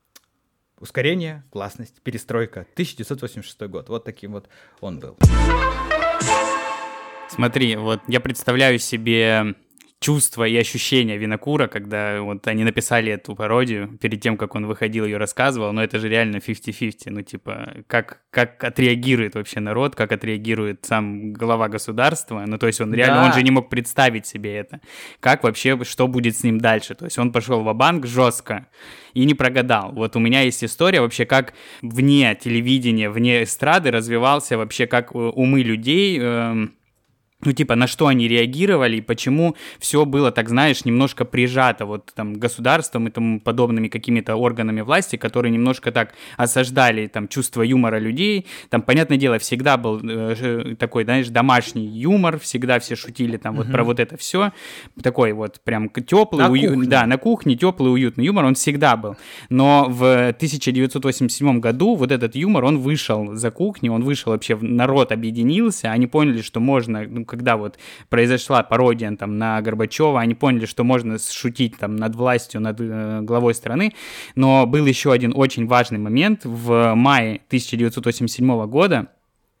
ускорение, гласность, перестройка, тысяча девятьсот восемьдесят шестой год. Вот таким вот он был. Смотри, вот я представляю себе чувства и ощущения Винокура, когда вот они написали эту пародию, перед тем, как он выходил, ее рассказывал, но это же реально пятьдесят на пятьдесят, ну, типа, как, как отреагирует вообще народ, как отреагирует сам глава государства, ну, то есть он реально, да. он же не мог представить себе это, как вообще, что будет с ним дальше, то есть он пошел ва-банк жестко и не прогадал. Вот у меня есть история вообще, как вне телевидения, вне эстрады развивался вообще, как умы людей, эм, ну, типа, на что они реагировали, и почему все было, так знаешь, немножко прижато вот там государством и тому подобными какими-то органами власти, которые немножко так осаждали там чувство юмора людей. Там, понятное дело, всегда был э, такой, знаешь, домашний юмор, всегда все шутили там вот uh-huh. про вот это все. Такой вот прям теплый, уютный. Да, на кухне теплый, уютный юмор, он всегда был. Но в тысяча девятьсот восемьдесят седьмом году вот этот юмор, он вышел за кухню, он вышел вообще, народ объединился, они поняли, что можно... Ну, когда вот произошла пародия там на Горбачева, они поняли, что можно шутить там над властью, над э, главой страны, но был еще один очень важный момент. В мае тысяча девятьсот восемьдесят седьмого года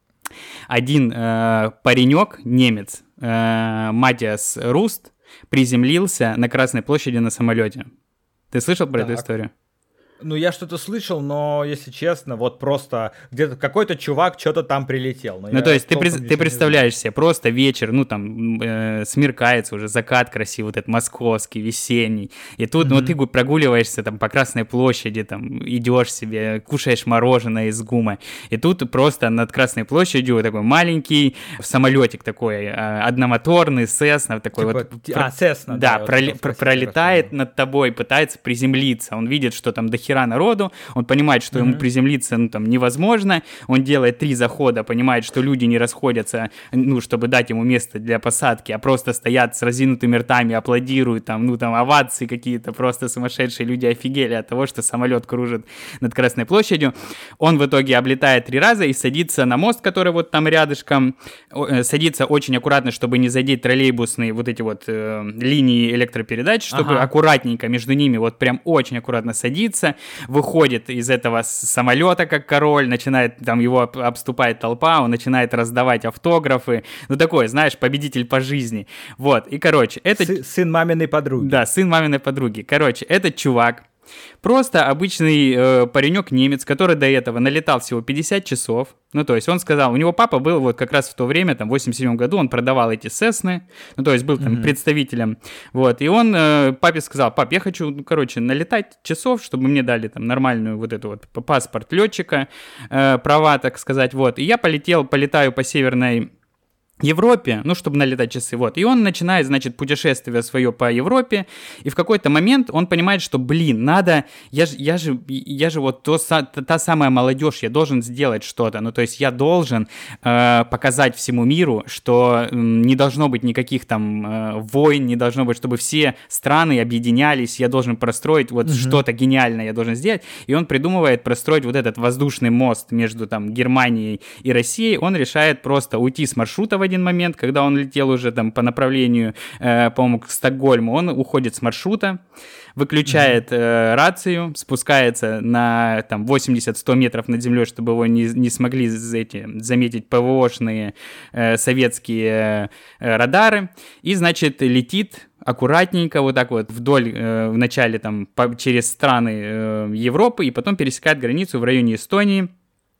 один э, паренек, немец, э, Матиас Руст, приземлился на Красной площади на самолете. Ты слышал про так. эту историю? Ну, я что-то слышал, но, если честно, вот просто где-то какой-то чувак что-то там прилетел. Ну, то есть ты, при, ты представляешь себе, просто вечер, ну, там, э, смеркается уже, закат красивый, вот этот московский, весенний, и тут, mm-hmm. ну, ты прогуливаешься там по Красной площади, там, идешь себе, кушаешь мороженое из ГУМа, и тут просто над Красной площадью такой маленький самолетик такой, э, одномоторный, Cessna, такой типа, вот... А, Cessna, да. Да, проли, про, пролетает над тобой, пытается приземлиться, он видит, что там до хера народу, он понимает, что mm-hmm. ему приземлиться, ну, там, невозможно, он делает три захода, понимает, что люди не расходятся, ну, чтобы дать ему место для посадки, а просто стоят с разинутыми ртами, аплодируют, там, ну, там, овации какие-то, просто сумасшедшие люди офигели от того, что самолет кружит над Красной площадью. Он в итоге облетает три раза и садится на мост, который вот там рядышком, садится очень аккуратно, чтобы не задеть троллейбусные вот эти вот э, линии электропередач, чтобы ага. аккуратненько между ними вот прям очень аккуратно садиться, выходит из этого самолета как король, начинает, там его обступает толпа, он начинает раздавать автографы, ну такой, знаешь, победитель по жизни, вот, и, короче, это... Сы- сын маминой подруги. Да, сын маминой подруги, короче, этот чувак, просто обычный э, паренек-немец, который до этого налетал всего пятьдесят часов. Ну, то есть он сказал, у него папа был вот как раз в то время, там, в восемьдесят седьмом году, он продавал эти Cessna, ну, то есть был там mm-hmm. представителем, вот, и он э, папе сказал, пап, я хочу, ну, короче, налетать часов, чтобы мне дали там нормальную вот эту вот паспорт летчика, э, права, так сказать, вот, и я полетел, полетаю по северной Европе, ну, чтобы налетать часы, вот, и он начинает, значит, путешествие свое по Европе, и в какой-то момент он понимает, что, блин, надо, я же, я же, я же вот то, та, та самая молодежь, я должен сделать что-то, ну, то есть я должен э, показать всему миру, что э, не должно быть никаких там э, войн, не должно быть, чтобы все страны объединялись, я должен простроить вот mm-hmm. что-то гениальное я должен сделать, и он придумывает простроить вот этот воздушный мост между там Германией и Россией, он решает просто уйти с маршрута в один момент, когда он летел уже там по направлению, э, по-моему, к Стокгольму, он уходит с маршрута, выключает э, рацию, спускается на там восемьдесят-сто метров над землей, чтобы его не, не смогли эти, заметить ПВОшные э, советские э, радары, и, значит, летит аккуратненько вот так вот вдоль, э, вначале там по, через страны э, Европы, и потом пересекает границу в районе Эстонии.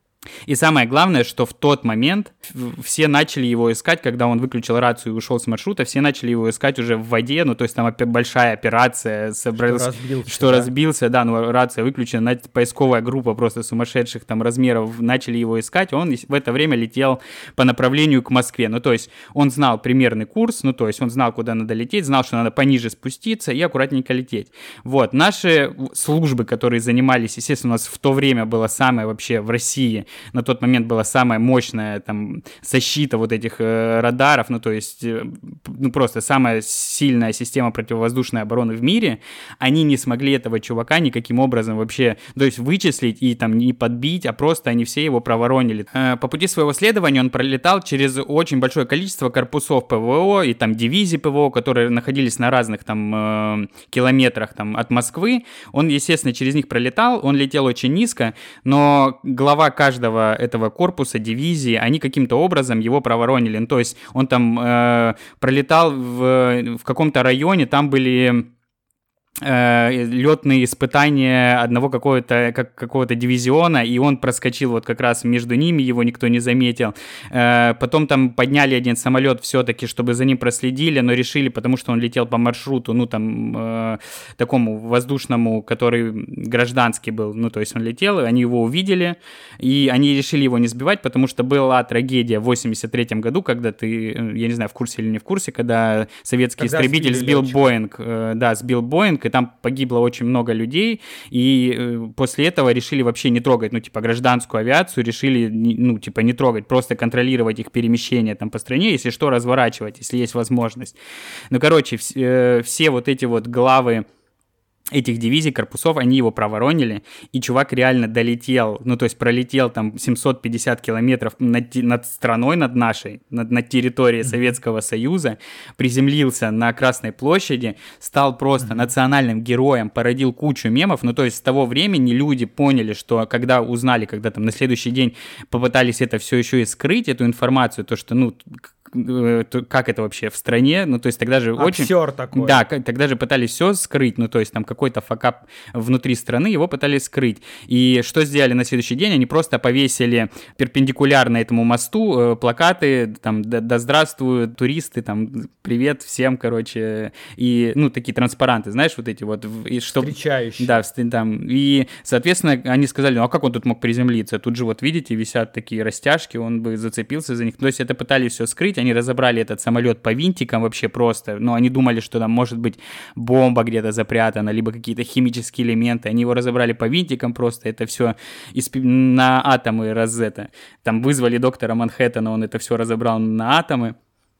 И самое главное, что в тот момент все начали его искать, когда он выключил рацию и ушел с маршрута, все начали его искать уже в воде, ну, то есть там большая операция, собралась, что разбился, что да. разбился, да, ну, рация выключена, поисковая группа просто сумасшедших там размеров начали его искать, он в это время летел по направлению к Москве, ну, то есть он знал примерный курс, ну, то есть он знал, куда надо лететь, знал, что надо пониже спуститься и аккуратненько лететь. Вот, наши службы, которые занимались, естественно, у нас в то время было самое вообще в России, на тот момент была самая мощная там защита вот этих э, радаров, ну то есть э, ну просто самая сильная система противовоздушной обороны в мире, они не смогли этого чувака никаким образом вообще, то есть вычислить и там не подбить, а просто они все его проворонили. Э, по пути своего следования он пролетал через очень большое количество корпусов ПВО и там дивизий ПВО, которые находились на разных там э, километрах там от Москвы. Он, естественно, через них пролетал, он летел очень низко, но глава каждого каждого этого корпуса, дивизии, они каким-то образом его проворонили. Ну, то есть он там э, пролетал в, в каком-то районе, там были... летные испытания одного какого-то, как, какого-то дивизиона, и он проскочил вот как раз между ними, его никто не заметил. Потом там подняли один самолет все-таки, чтобы за ним проследили, но решили, потому что он летел по маршруту, ну там такому воздушному, который гражданский был, ну то есть он летел, они его увидели, и они решили его не сбивать, потому что была трагедия в восемьдесят третьем году, когда ты, я не знаю, в курсе или не в курсе, когда советский когда истребитель сбил Боинг, да, сбил Боинг, и там погибло очень много людей, и э, после этого решили вообще не трогать, ну, типа, гражданскую авиацию, решили, ну, типа, не трогать, просто контролировать их перемещение там по стране, если что, разворачивать, если есть возможность. Ну, короче, вс- э, все вот эти вот главы этих дивизий, корпусов, они его проворонили, и чувак реально долетел, ну, то есть пролетел там семьсот пятьдесят километров над, над страной, над нашей, над, над территорией Советского Союза, приземлился на Красной площади, стал просто национальным героем, породил кучу мемов, ну, то есть с того времени люди поняли, что когда узнали, когда там на следующий день попытались это все еще и скрыть, эту информацию, то, что, ну, как это вообще в стране, ну, то есть тогда же очень... Актер такой. Да, тогда же пытались все скрыть, ну, то есть там какой-то факап внутри страны, его пытались скрыть. И что сделали на следующий день? Они просто повесили перпендикулярно этому мосту э, плакаты, там, да, да здравствуют туристы, там, привет всем, короче, и, ну, такие транспаранты, знаешь, вот эти вот... И чтоб... Встречающие. Да, там, и, соответственно, они сказали, ну, а как он тут мог приземлиться? Тут же, вот, видите, висят такие растяжки, он бы зацепился за них. То есть это пытались все скрыть, они разобрали этот самолет по винтикам вообще просто, но они думали, что там может быть бомба где-то запрятана, либо какие-то химические элементы, они его разобрали по винтикам просто, это все исп... на атомы раз это, там вызвали доктора Манхэттена, он это все разобрал на атомы.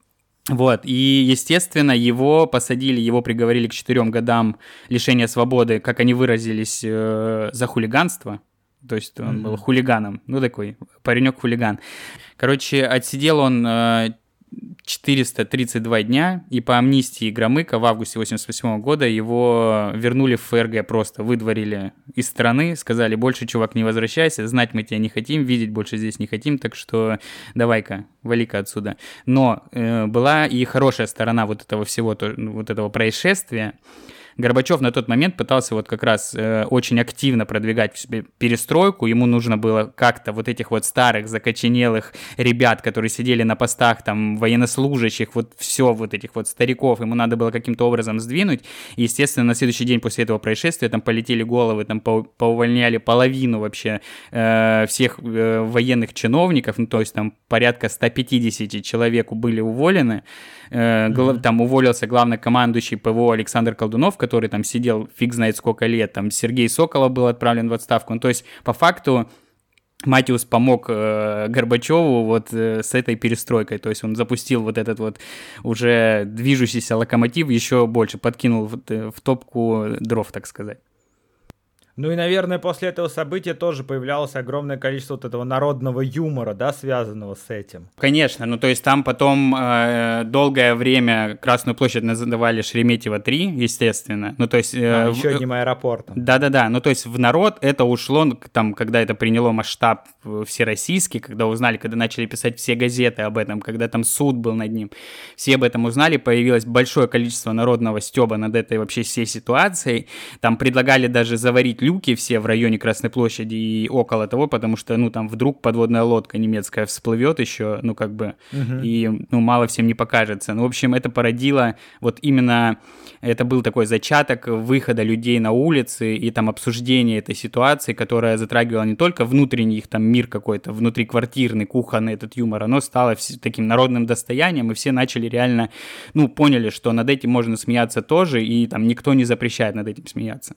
Вот, и, естественно, его посадили, его приговорили к четырем годам лишения свободы, как они выразились, э, за хулиганство. То есть он mm-hmm. был хулиганом, ну такой паренек-хулиган. Короче, отсидел он э, четыреста тридцать два дня, и по амнистии Громыка в августе восемьдесят восьмого года его вернули в ФРГ, просто выдворили из страны, сказали, больше, чувак, не возвращайся, знать мы тебя не хотим, видеть больше здесь не хотим, так что давай-ка, вали-ка отсюда. Но э, была и хорошая сторона вот этого всего, то, вот этого происшествия. Горбачев на тот момент пытался вот как раз э, очень активно продвигать в себе перестройку, ему нужно было как-то вот этих вот старых закоченелых ребят, которые сидели на постах, там, военнослужащих, вот все вот этих вот стариков, ему надо было каким-то образом сдвинуть, и, естественно, на следующий день после этого происшествия там полетели головы, там по- поувольняли половину вообще э, всех э, военных чиновников, ну, то есть там порядка сто пятьдесят человек были уволены, э, mm-hmm. гла- там уволился главнокомандующий ПВО Александр Колдунов, который там сидел фиг знает сколько лет, там Сергей Соколов был отправлен в отставку, ну, то есть по факту Матиус помог э, Горбачеву вот э, с этой перестройкой, то есть он запустил вот этот вот уже движущийся локомотив еще больше, подкинул в, в топку дров, так сказать. Ну и, наверное, после этого события тоже появлялось огромное количество вот этого народного юмора, да, связанного с этим. Конечно, ну то есть там потом э, долгое время Красную площадь называли Шереметьево три, естественно. Ну то есть... Э, а, еще в... одним аэропортом. Да-да-да, ну то есть в народ это ушло, там, когда это приняло масштаб всероссийский, когда узнали, когда начали писать все газеты об этом, когда там суд был над ним, все об этом узнали, появилось большое количество народного стёба над этой вообще всей ситуацией. Там предлагали даже заварить люки все в районе Красной площади и около того, потому что, ну, там вдруг подводная лодка немецкая всплывет еще, ну, как бы, uh-huh. и, ну, мало всем не покажется. Ну, в общем, это породило вот именно, это был такой зачаток выхода людей на улицы и там обсуждения этой ситуации, которая затрагивала не только внутренний их там мир какой-то, внутриквартирный, кухонный этот юмор, оно стало таким народным достоянием, и все начали реально, ну, поняли, что над этим можно смеяться тоже, и там никто не запрещает над этим смеяться.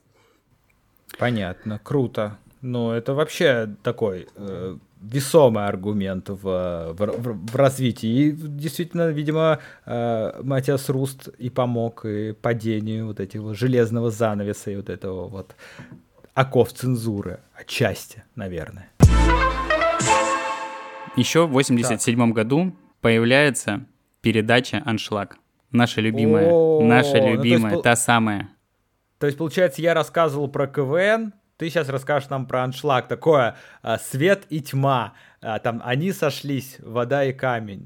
Понятно, круто. Ну, это вообще такой э, весомый аргумент в, в, в, в развитии. И действительно, видимо, э, Матиас Руст и помог и падению вот этого железного занавеса и вот этого вот оков цензуры. Отчасти, наверное. Еще в восемьдесят седьмом году появляется передача «Аншлаг». Наша любимая, О, наша любимая, ну, есть, та самая. То есть, получается, я рассказывал про КВН, ты сейчас расскажешь нам про аншлаг. Такое а, свет и тьма. А, там они сошлись, вода и камень.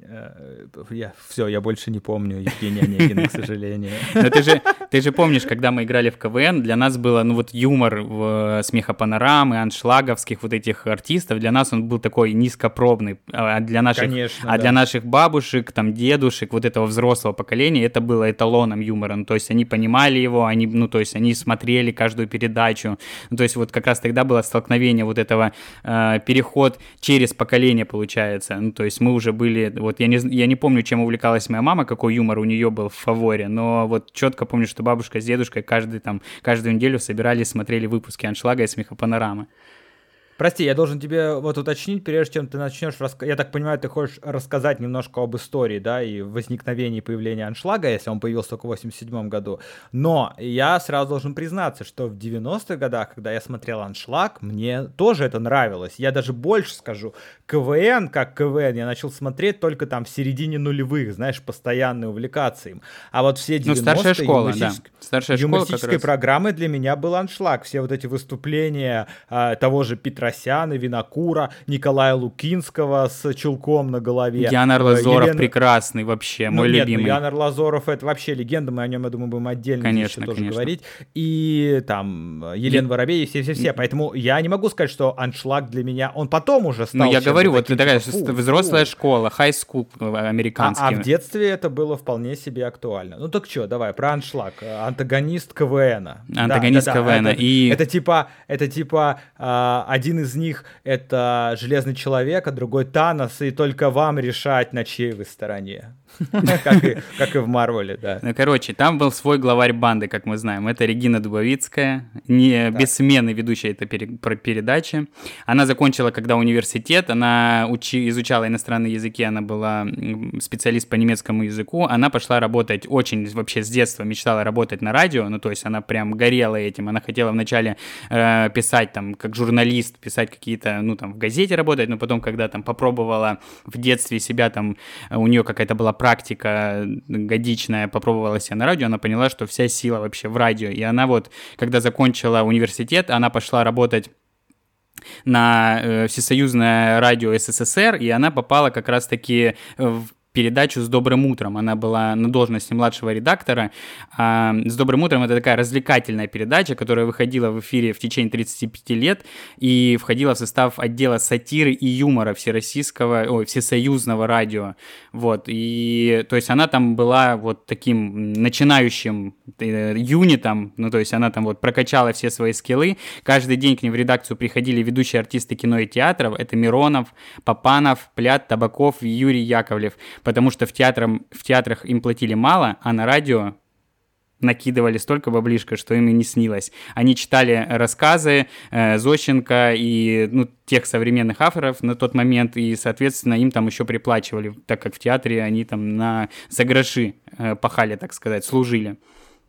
Я, все, я больше не помню Евгения Онегина, к сожалению. Но ты же, ты же помнишь, когда мы играли в КВН, для нас было, ну вот юмор в смехопанорамы, аншлаговских вот этих артистов, для нас он был такой низкопробный. А для наших, Конечно, а да. для наших бабушек, там, дедушек, вот этого взрослого поколения, это было эталоном юмора. Ну, то есть они понимали его, они, ну, то есть они смотрели каждую передачу. Ну, то есть вот как раз тогда было столкновение вот этого, э, переход через поколение. поколение, получается. Ну, то есть мы уже были... Вот я не, я не помню, чем увлекалась моя мама, какой юмор у нее был в фаворе, но вот четко помню, что бабушка с дедушкой каждый, там, каждую неделю собирались, смотрели выпуски аншлага и смехопанорамы. Прости, я должен тебе вот уточнить, прежде чем ты начнешь рассказать. Я так понимаю, ты хочешь рассказать немножко об истории, да, и возникновении появления аншлага, если он появился только в восемьдесят седьмом году. Но я сразу должен признаться, что в девяностых годах, когда я смотрел аншлаг, мне тоже это нравилось. Я даже больше скажу, КВН, как КВН, я начал смотреть только там в середине нулевых, знаешь, постоянно увлекаться им. А вот все девяностые... Ну, старшая школа, да. Старшая школа юмористической программы для меня был аншлаг. Все вот эти выступления а, того же Петра Винокура, Николая Лукинского с чулком на голове. Ян Арлазоров Елена... прекрасный вообще, мой ну, нет, любимый. Ну, Ян Арлазоров — это вообще легенда, мы о нем, я думаю, будем отдельно конечно, еще тоже конечно. говорить. И там Елена Воробей, и все-все-все. Поэтому я не могу сказать, что аншлаг для меня, он потом уже стал... Ну, я говорю, вот таким, такая типа, фу, взрослая фу. школа, хай-скул американский. А, а в детстве это было вполне себе актуально. Ну так что, давай, про аншлаг. Антагонист КВНа. Антагонист да, КВНа. Да, да. Это, и... это типа, это типа э, один из них это Железный Человек, а другой Танос, и только вам решать, на чьей вы стороне. Как и, как и в Марвеле, да. Ну, короче, там был свой главарь банды, как мы знаем. Это Регина Дубовицкая, не бессменный ведущая этой передачи. Она закончила, когда университет, она учи, изучала иностранные языки, она была специалист по немецкому языку. Она пошла работать очень, вообще с детства мечтала работать на радио, ну, то есть она прям горела этим. Она хотела вначале э, писать там, как журналист, писать какие-то, ну, там, в газете работать, но потом, когда там попробовала в детстве себя, там, у нее какая-то была практика годичная, попробовала себя на радио, она поняла, что вся сила вообще в радио. И она вот, когда закончила университет, она пошла работать на э, всесоюзное радио СССР, и она попала как раз-таки в передачу «С добрым утром». Она была на должности младшего редактора. А «С добрым утром» — это такая развлекательная передача, которая выходила в эфире в течение тридцати пяти лет и входила в состав отдела сатиры и юмора всероссийского, ой, всесоюзного радио. Вот. И, то есть, она там была вот таким начинающим юнитом, ну, то есть, она там вот прокачала все свои скиллы. Каждый день к ним в редакцию приходили ведущие артисты кино и театров. Это Миронов, Папанов, Плят, Табаков и Юрий Яковлев. Потому что в, театрам, в театрах им платили мало, а на радио накидывали столько баблишка, что им и не снилось. Они читали рассказы э, Зощенко и ну, тех современных авторов на тот момент, и, соответственно, им там еще приплачивали, так как в театре они там на, за гроши э, пахали, так сказать, служили.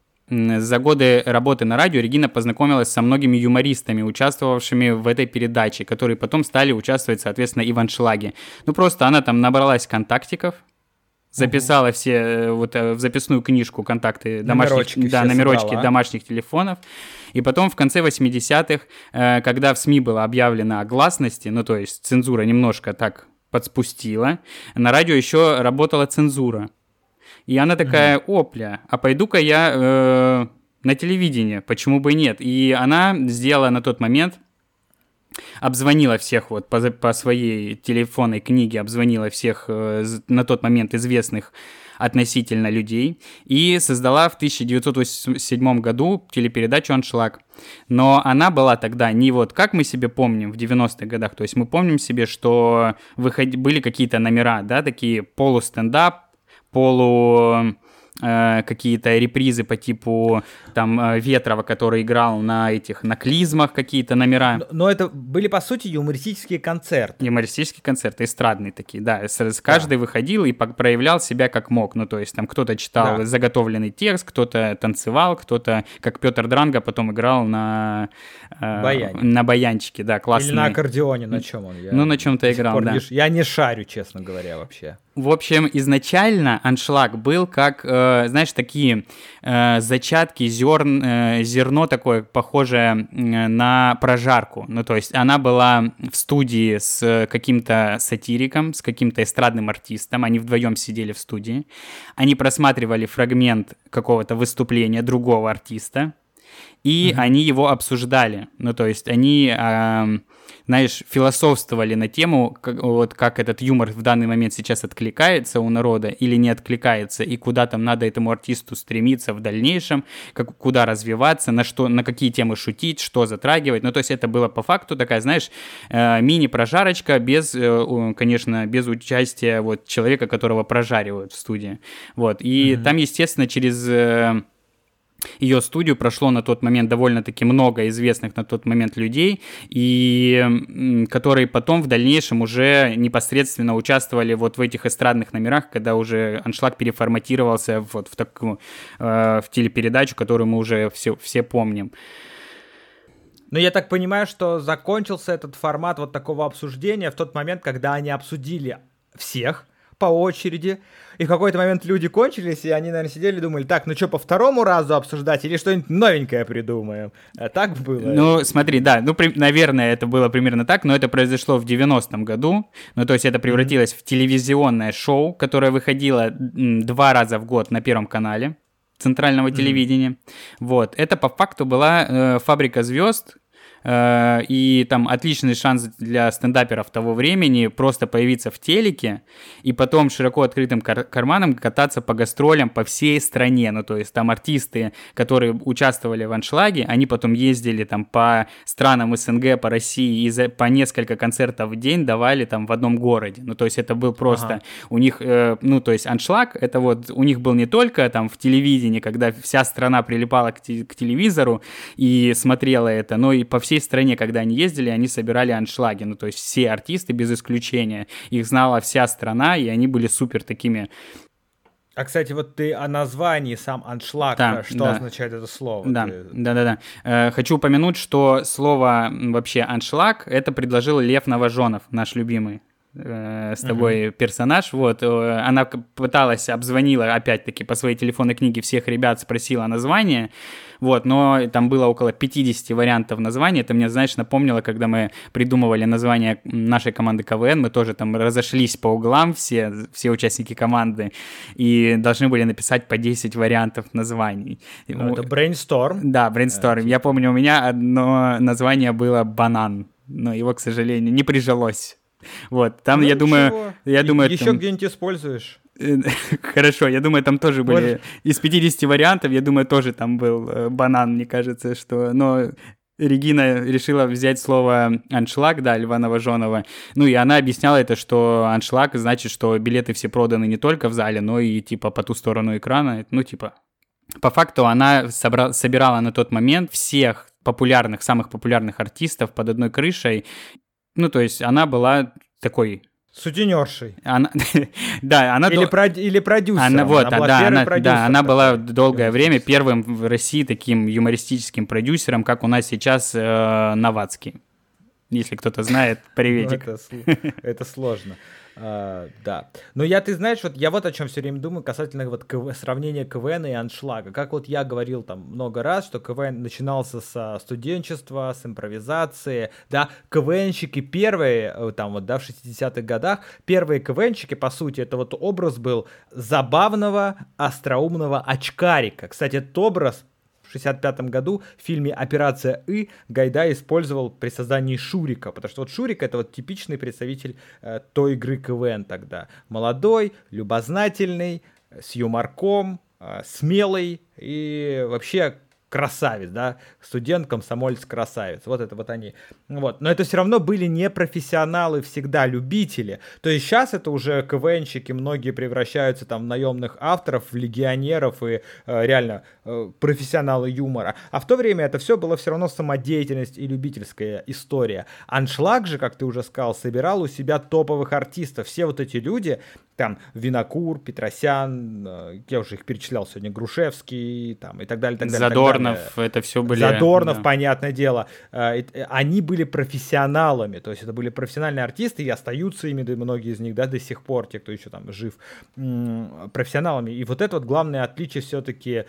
За годы работы на радио Регина познакомилась со многими юмористами, участвовавшими в этой передаче, которые потом стали участвовать, соответственно, и в аншлаге. Ну, просто она там набралась контактиков, записала все вот в записную книжку контакты домашних, да, номерочки домашних телефонов. И потом в конце восьмидесятых, когда в СМИ было объявлено о гласности, ну, то есть цензура немножко так подспустила, на радио еще работала цензура. И она такая, опля, а пойду-ка я э, на телевидение, почему бы и нет. И она сделала на тот момент, обзвонила всех вот по, по своей телефонной книге, обзвонила всех э, на тот момент известных относительно людей и создала в тысяча девятьсот восемьдесят седьмом году телепередачу «Аншлаг». Но она была тогда не вот, как мы себе помним в девяностых годах, то есть мы помним себе, что выход... были какие-то номера, да, такие полустендап, полу э, какие-то репризы по типу там э, Ветрова, который играл на этих, на клизмах какие-то номера. Но, но это были, по сути, юмористические концерты. Юмористические концерты, эстрадные такие, да. Каждый да. выходил и проявлял себя как мог. Ну, то есть там кто-то читал да. заготовленный текст, кто-то танцевал, кто-то, как Петр Дранга, потом играл на, э, на баянчике, да, классный. Или на аккордеоне, на чем он? Я ну, на чем-то играл, да. Не, я не шарю, честно говоря, вообще. В общем, изначально аншлаг был как, э, знаешь, такие э, зачатки, зерн, э, зерно такое, похожее на прожарку. Ну, то есть она была в студии с каким-то сатириком, с каким-то эстрадным артистом. Они вдвоем сидели в студии. Они просматривали фрагмент какого-то выступления другого артиста, и mm-hmm. они его обсуждали. Ну, то есть они... Э, знаешь, философствовали на тему, как, вот как этот юмор в данный момент сейчас откликается у народа или не откликается, и куда там надо этому артисту стремиться в дальнейшем, как, куда развиваться, на, что, на какие темы шутить, что затрагивать. Ну, то есть это было по факту такая, знаешь, э, мини-прожарочка без, э, конечно, без участия вот, человека, которого прожаривают в студии. Вот. И mm-hmm. там, естественно, через... Э, ее студию прошло на тот момент довольно-таки много известных на тот момент людей, и которые потом в дальнейшем уже непосредственно участвовали вот в этих эстрадных номерах, когда уже аншлаг переформатировался вот в такую э, в телепередачу, которую мы уже все, все помним. Но я так понимаю, что закончился этот формат вот такого обсуждения в тот момент, когда они обсудили всех по очереди, и в какой-то момент люди кончились, и они, наверное, сидели и думали, так, ну что, по второму разу обсуждать или что-нибудь новенькое придумаем? А так было? Ну, смотри, да, ну, при, наверное, это было примерно так, но это произошло в девяностом году, ну, то есть это превратилось mm-hmm. в телевизионное шоу, которое выходило м, два раза в год на Первом канале центрального mm-hmm. телевидения. Вот, это по факту была э, «Фабрика звезд», и там отличный шанс для стендаперов того времени просто появиться в телеке и потом широко открытым кар- карманом кататься по гастролям по всей стране. Ну, то есть там артисты, которые участвовали в аншлаге, они потом ездили там по странам СНГ, по России и за, по несколько концертов в день давали там в одном городе. Ну, то есть это был просто ага. у них, э, ну, то есть аншлаг, это вот у них был не только там в телевидении, когда вся страна прилипала к, те- к телевизору и смотрела это, но и по всей стране, когда они ездили, они собирали аншлаги, ну, то есть все артисты без исключения, их знала вся страна, и они были супер такими. А, кстати, вот ты о названии сам аншлаг, да, что да. означает это слово? Да, ты... да, да, да. Э, хочу упомянуть, что слово вообще аншлаг это предложил Лев Новоженов, наш любимый с тобой uh-huh. персонаж, вот, она пыталась, обзвонила опять-таки по своей телефонной книге всех ребят, спросила название, вот, но там было около пятьдесят вариантов названия, это мне, знаешь, напомнило, когда мы придумывали название нашей команды КВН, мы тоже там разошлись по углам, все, все участники команды, и должны были написать по десять вариантов названий. Ну, это brainstorm. Да, brainstorm. Я помню, у меня одно название было «Банан», но его, к сожалению, не прижилось. Вот, там, ну, я ничего. думаю... Я думаю еще там... где-нибудь используешь. Хорошо, я думаю, там тоже были... Может... Из пятидесяти вариантов, я думаю, тоже там был э, банан, мне кажется, что... Но Регина решила взять слово «аншлаг», да, Льва Новоженова. Ну, и она объясняла это, что аншлаг значит, что билеты все проданы не только в зале, но и, типа, по ту сторону экрана. Ну, типа... По факту она собра... собирала на тот момент всех популярных, самых популярных артистов под одной крышей. Ну, то есть она была такой... Сутенершей. Она... да, она... Или, до... про... Или продюсером. Она, вот, она была да, первым она, продюсером. Да, она была долгое время первым в России таким юмористическим продюсером, как у нас сейчас э, Новацкий. Если кто-то знает, приветик. Ну, это, это сложно. Uh, да. Но я, ты знаешь, вот я вот о чем все время думаю касательно вот КВ, сравнения КВН и аншлага. Как вот я говорил там много раз, что КВН начинался со студенчества, с импровизации, да, КВНщики первые, там вот, да, в шестидесятых годах, первые КВНщики, по сути, это вот образ был забавного, остроумного очкарика. Кстати, этот образ в шестьдесят пятом году в фильме «Операция И» Гайдай использовал при создании Шурика, потому что вот Шурик — это вот типичный представитель э, той игры КВН тогда. Молодой, любознательный, с юморком, э, смелый и вообще красавец, да, студент, комсомолец, красавец, вот это вот они, вот, но это все равно были не профессионалы, всегда любители, то есть сейчас это уже КВНщики, многие превращаются там в наемных авторов, в легионеров и э, реально э, профессионалы юмора, а в то время это все было все равно самодеятельность и любительская история. Аншлаг же, как ты уже сказал, собирал у себя топовых артистов, все вот эти люди, там, Винокур, Петросян, э, я уже их перечислял сегодня, Грушевский, там, и так далее, так далее. Задорнов. Задорнов, это все были... Задорнов, да. понятное дело. Они были профессионалами, то есть это были профессиональные артисты, и остаются ими, да, многие из них, да, до сих пор, те, кто еще там жив, профессионалами. И вот это вот главное отличие все-таки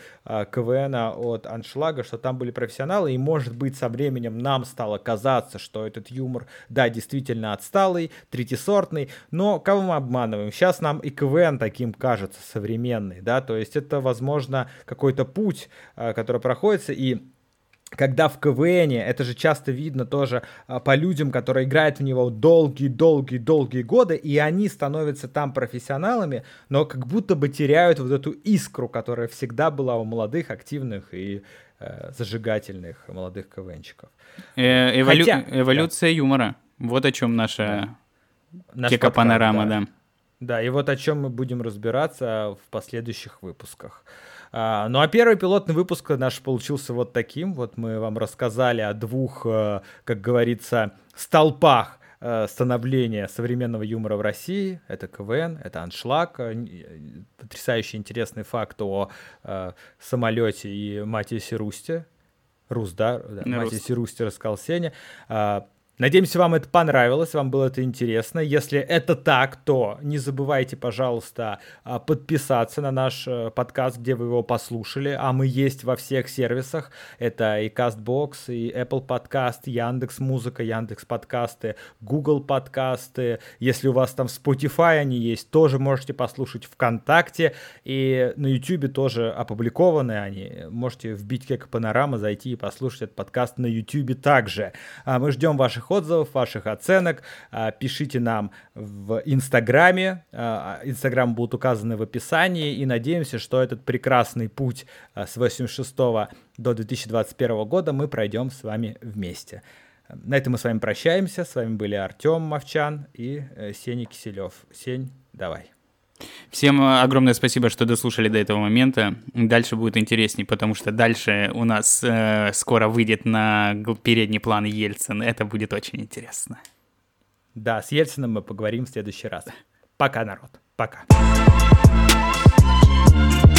КВНа от аншлага, что там были профессионалы, и, может быть, со временем нам стало казаться, что этот юмор, да, действительно отсталый, третьесортный, но кого мы обманываем? Сейчас нам и КВН таким кажется современный, да, то есть это, возможно, какой-то путь, который проходится, и когда в КВНе, это же часто видно тоже а, по людям, которые играют в него долгие-долгие-долгие годы, и они становятся там профессионалами, но как будто бы теряют вот эту искру, которая всегда была у молодых, активных и э, зажигательных молодых КВНчиков. Э, эволю... Хотя... Эволюция да. юмора. Вот о чем наша да. Кека-панорама, да. да. Да, и вот о чем мы будем разбираться в последующих выпусках. А, ну а первый пилотный выпуск наш получился вот таким. Вот мы вам рассказали о двух, как говорится, столпах становления современного юмора в России. Это КВН, это аншлаг. Потрясающе интересный факт о э, самолете и Матиасе Русте. Рус, да? да Матиасе Русте рассказал Сеня. А, Надеемся, вам это понравилось, вам было это интересно. Если это так, то не забывайте, пожалуйста, подписаться на наш подкаст, где вы его послушали. А мы есть во всех сервисах. Это и CastBox, и Apple Podcast, Яндекс.Музыка, Яндекс.Подкасты, Google Подкасты. Если у вас там в Spotify они есть, тоже можете послушать ВКонтакте. И на YouTube тоже опубликованы они. Можете вбить Кека-панорама, зайти и послушать этот подкаст на YouTube также. Мы ждем ваших отзывов, ваших оценок. Пишите нам в Инстаграме. Инстаграм будут указаны в описании. И надеемся, что этот прекрасный путь с восемьдесят шестого до две тысячи двадцать первого года мы пройдем с вами вместе. На этом мы с вами прощаемся. С вами были Артем Мовчан и Сеня Киселев. Сень, давай. Всем огромное спасибо, что дослушали до этого момента. Дальше будет интересней, потому что дальше у нас э, скоро выйдет на передний план Ельцин. Это будет очень интересно. Да, с Ельциным мы поговорим в следующий раз. Пока, народ. Пока.